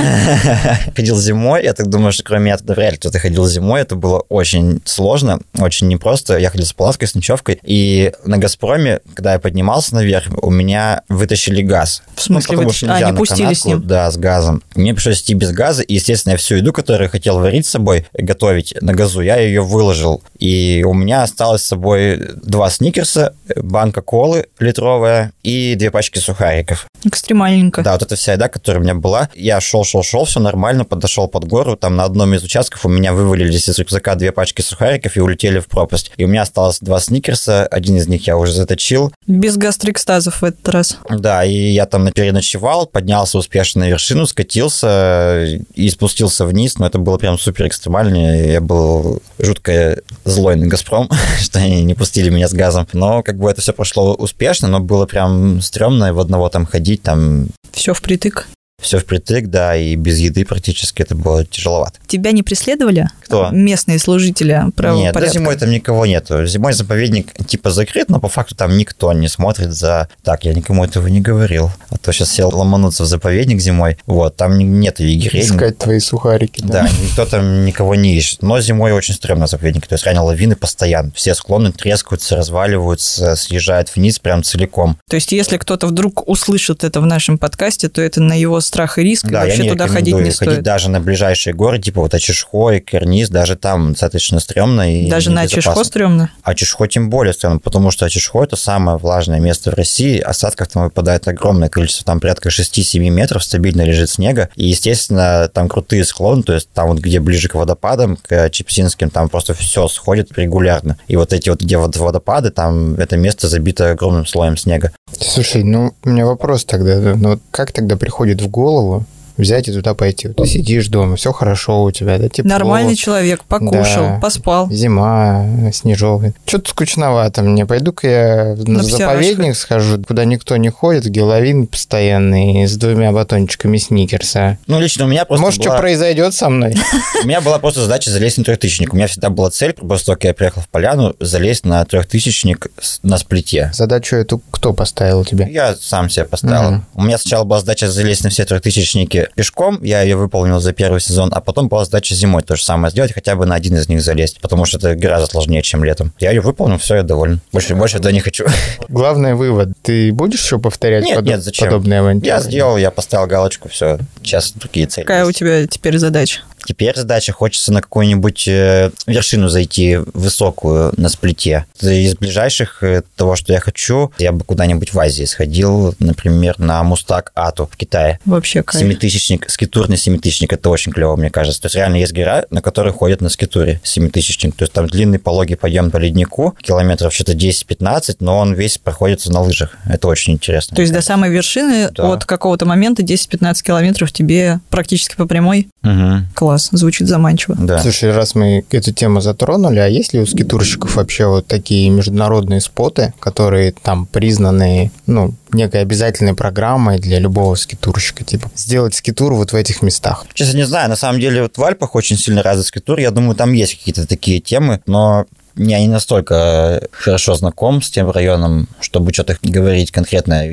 Ходил зимой, я так думаю, что кроме меня туда вряд ли кто-то ходил зимой, это было очень сложно, очень непросто. Я ходил с палаткой, с ночевкой, и на «Газпроме», когда я поднимался наверх, у меня вытащили газ. В смысле, потому что нельзя не на пустили канатку, с ним? Да, с газом. Мне пришлось идти без газа, и, естественно, я всю еду, которую хотел варить с собой, готовить на газу, я ее выложил. И у меня осталось с собой 2 сникерса, банка колы литровая и 2 пачки сухариков. Экстремальненько. Да, вот эта вся еда, которая у меня была. Я шел, все нормально, подошел под гору, там на одном из участков у меня вывалились из рюкзака 2 пачки сухариков и улетели в пропасть. И у меня осталось 2 сникерса, один из них я уже заточил. Без гастроэкстазов в этот раз. Да, и я там переночевал, поднялся успешно на вершину, скатился и спустился вниз, но это было прям супер экстремально. Я был жутко злой на «Газпром», что они не пустили меня с газом. Но как бы это все прошло успешно, но было прям стрёмно в одного там ходить, там... Все впритык. Все впритык, да, и без еды практически это было тяжеловато. Тебя не преследовали? Кто? Местные служители правопорядка? Нет, зимой там никого нету. Зимой заповедник типа закрыт, но по факту там никто не смотрит за... Так, я никому этого не говорил. А то сейчас все ломанутся в заповедник зимой. Вот, там нет егерей. Искать твои сухарики. Да, никто там никого не ищет. Но зимой очень стрёмно заповедник. То есть ранее лавины постоянно. Все склоны трескаются, разваливаются, съезжают вниз прям целиком. То есть если кто-то вдруг услышит это в нашем подкасте, то это на его страх и риск, Да, и вообще туда ходить не стоит. Ходить даже на ближайшие горы, типа вот Ачишхо и Керниз, даже там достаточно стрёмно и даже на Ачишхо стрёмно? Ачишхо тем более стрёмно, потому что Ачишхо – это самое влажное место в России, осадков там выпадает огромное количество, там порядка 6-7 метров стабильно лежит снега, и, естественно, там крутые склоны, то есть там вот где ближе к водопадам, к Чепсинским, там просто все сходит регулярно, и вот эти вот, где водопады, там это место забито огромным слоем снега. Слушай, ну, у меня вопрос тогда. Ну, как тогда приходит в голову взять и туда пойти? Вот ты сидишь дома, все хорошо у тебя, да, тепло. Нормальный человек, покушал, да, поспал. Зима, снежок. Что-то скучновато мне. Пойду-ка я на заповедник схожу, куда никто не ходит, где лавин постоянный, с 2 батончиками сникерса. Ну, лично у меня просто Может, что произойдет со мной? У меня была просто задача залезть на 3000-ник. У меня всегда была цель, после того, как я приехал в Поляну, залезть на 3000-ник на сплите. Задачу эту кто поставил тебе? Я сам себе поставил. У меня сначала была задача залезть на все 3000-ники пешком, я ее выполнил за первый сезон, а потом была задача зимой то же самое сделать, хотя бы на один из них залезть, потому что это гораздо сложнее, чем летом. Я ее выполнил, все, я доволен. Больше туда не хочу. Главный вывод. Ты будешь еще повторять зачем? Подобные авантюры? Я сделал, я поставил галочку, все. Сейчас другие цели. Какая у тебя теперь задача? Теперь задача, хочется на какую-нибудь вершину зайти высокую на сплите. Из ближайших того, что я хочу, я бы куда-нибудь в Азии сходил, например, на Мустак-Ату в Китае. Вообще кайф. 7000-ник, скитурный 7000-ник, это очень клево, мне кажется. То есть реально есть гора, на которой ходят на скитуре 7000-ник. То есть там длинный пологий подъем по леднику, километров что-то 10-15, но он весь проходится на лыжах. Это очень интересно. То есть до самой вершины от какого-то момента 10-15 километров тебе практически по прямой? Угу. Класс, звучит заманчиво. Да. Слушай, раз мы эту тему затронули, а есть ли у скитурщиков вообще вот такие международные споты, которые там признаны, некой обязательной программой для любого скитурщика, типа сделать скитур вот в этих местах? Честно, не знаю, на самом деле вот в Альпах очень сильно развит скитур, я думаю, там есть какие-то такие темы, но я не настолько хорошо знаком с тем районом, чтобы что-то говорить конкретно.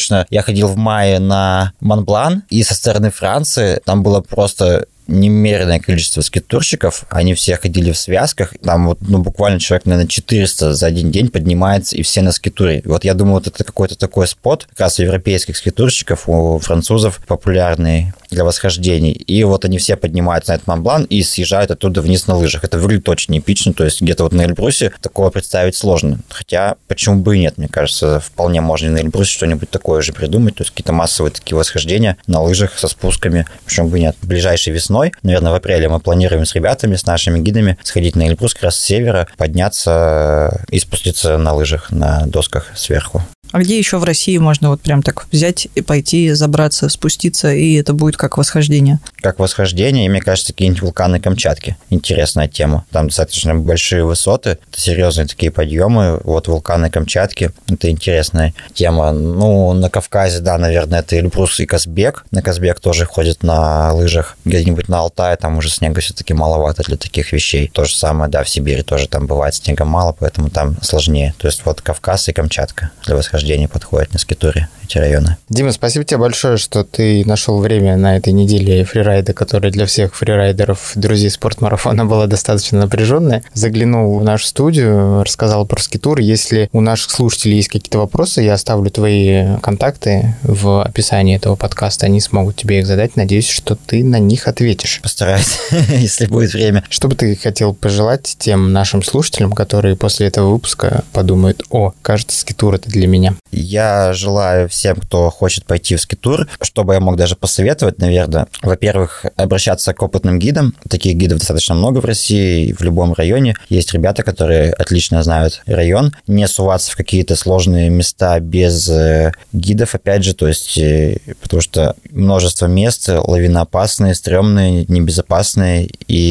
Я ходил в мае на Монблан, и со стороны Франции там было просто немеренное количество скитурщиков, они все ходили в связках, там буквально человек, наверное, 400 за один день поднимается, и все на скитуре. Вот я думаю, вот это какой-то такой спот, как раз у европейских скитурщиков, у французов популярный для восхождений, и вот они все поднимаются на этот Монблан и съезжают оттуда вниз на лыжах. Это выглядит очень эпично, то есть где-то вот на Эльбрусе такого представить сложно, хотя почему бы и нет, мне кажется, вполне можно и на Эльбрусе что-нибудь такое же придумать, то есть какие-то массовые такие восхождения на лыжах со спусками, почему бы и нет. Ближайшей весной, наверное, в апреле мы планируем с ребятами, с нашими гидами сходить на Эльбрус как раз с севера, подняться и спуститься на лыжах, на досках сверху. А где еще в России можно вот прям так взять и пойти, забраться, спуститься, и это будет как восхождение? Как восхождение, и, мне кажется, какие-нибудь вулканы Камчатки. Интересная тема. Там достаточно большие высоты, это серьезные такие подъемы. Вот вулканы Камчатки, это интересная тема. Ну, на Кавказе, да, наверное, это Эльбрус и Казбек. На Казбек тоже ходят на лыжах. Где-нибудь на Алтае там уже снега все-таки маловато для таких вещей. То же самое, да, в Сибири тоже там бывает снега мало, поэтому там сложнее. То есть вот Кавказ и Камчатка для восхождения подходят на скитуре, эти районы. Дима, спасибо тебе большое, что ты нашел время на этой неделе фрирайда, которая для всех фрирайдеров, друзей спортмарафона была достаточно напряженная. Заглянул в нашу студию, рассказал про скитур. Если у наших слушателей есть какие-то вопросы, я оставлю твои контакты в описании этого подкаста. Они смогут тебе их задать. Надеюсь, что ты на них ответишь. Постараюсь, если будет время. Что бы ты хотел пожелать тем нашим слушателям, которые после этого выпуска подумают: о, кажется, скитур — это для меня? Я желаю всем, кто хочет пойти в скитур, чтобы я мог даже посоветовать, наверное, во-первых, обращаться к опытным гидам. Таких гидов достаточно много в России, в любом районе. Есть ребята, которые отлично знают район. Не суваться в какие-то сложные места без гидов, опять же, то есть, потому что множество мест лавиноопасные, стрёмные, небезопасные,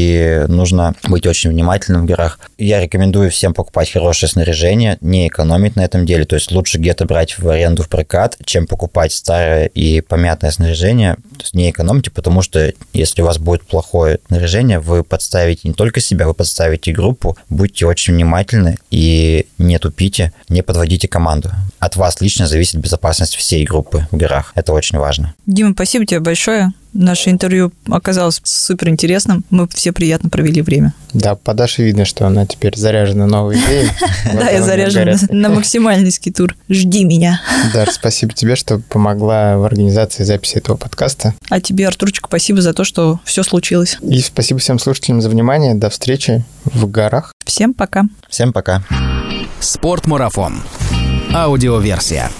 и нужно быть очень внимательным в горах. Я рекомендую всем покупать хорошее снаряжение, не экономить на этом деле, то есть лучше где-то брать в аренду, в прокат, чем покупать старое и помятое снаряжение. То есть не экономьте, потому что если у вас будет плохое снаряжение, вы подставите не только себя, вы подставите группу. Будьте очень внимательны и не тупите, не подводите команду. От вас лично зависит безопасность всей группы в горах. Это очень важно. Дима, спасибо тебе большое. Наше интервью оказалось суперинтересным. Мы все приятно провели время. Да, по Даше видно, что она теперь заряжена новой идеей. Да, я заряжена на максимальный скитур. Жди меня. Даш, спасибо тебе, что помогла в организации записи этого подкаста. А тебе, Артурчик, спасибо за то, что все случилось. И спасибо всем слушателям за внимание. До встречи в горах. Всем пока. Всем пока. Спортмарафон. Аудиоверсия.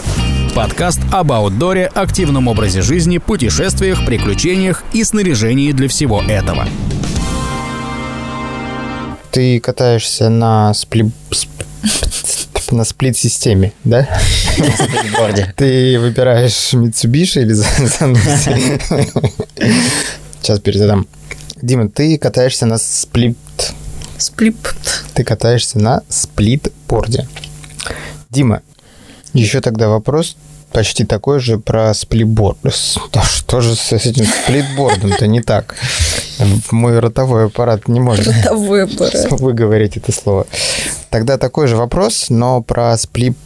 Подкаст об аутдоре, активном образе жизни, путешествиях, приключениях и снаряжении для всего этого. Ты катаешься на сплит-системе, да? На сплитборде. Ты выбираешь Mitsubishi или Zanussi? Сейчас перезадам. Дима, ты катаешься на Ты катаешься на сплитборде. Дима, еще тогда вопрос почти такой же про сплитборд. Да что же с этим сплитбордом-то не так? Мой ротовой аппарат не может выговорить это слово. Тогда такой же вопрос, но про сплитборд.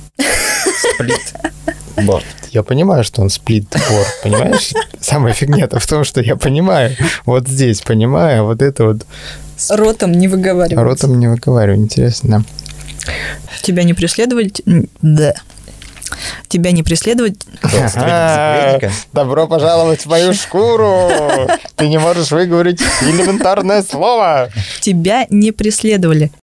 Я понимаю, что он сплитборд, понимаешь? Самая фигня-то в том, что я понимаю. Вот здесь понимаю, вот это вот... Ротом не выговаривать. Ротом не выговариваю, интересно. Тебя не преследовать? Да. Тебя не преследовать? Добро пожаловать в мою шкуру! Ты не можешь выговорить элементарное слово! Тебя не преследовали.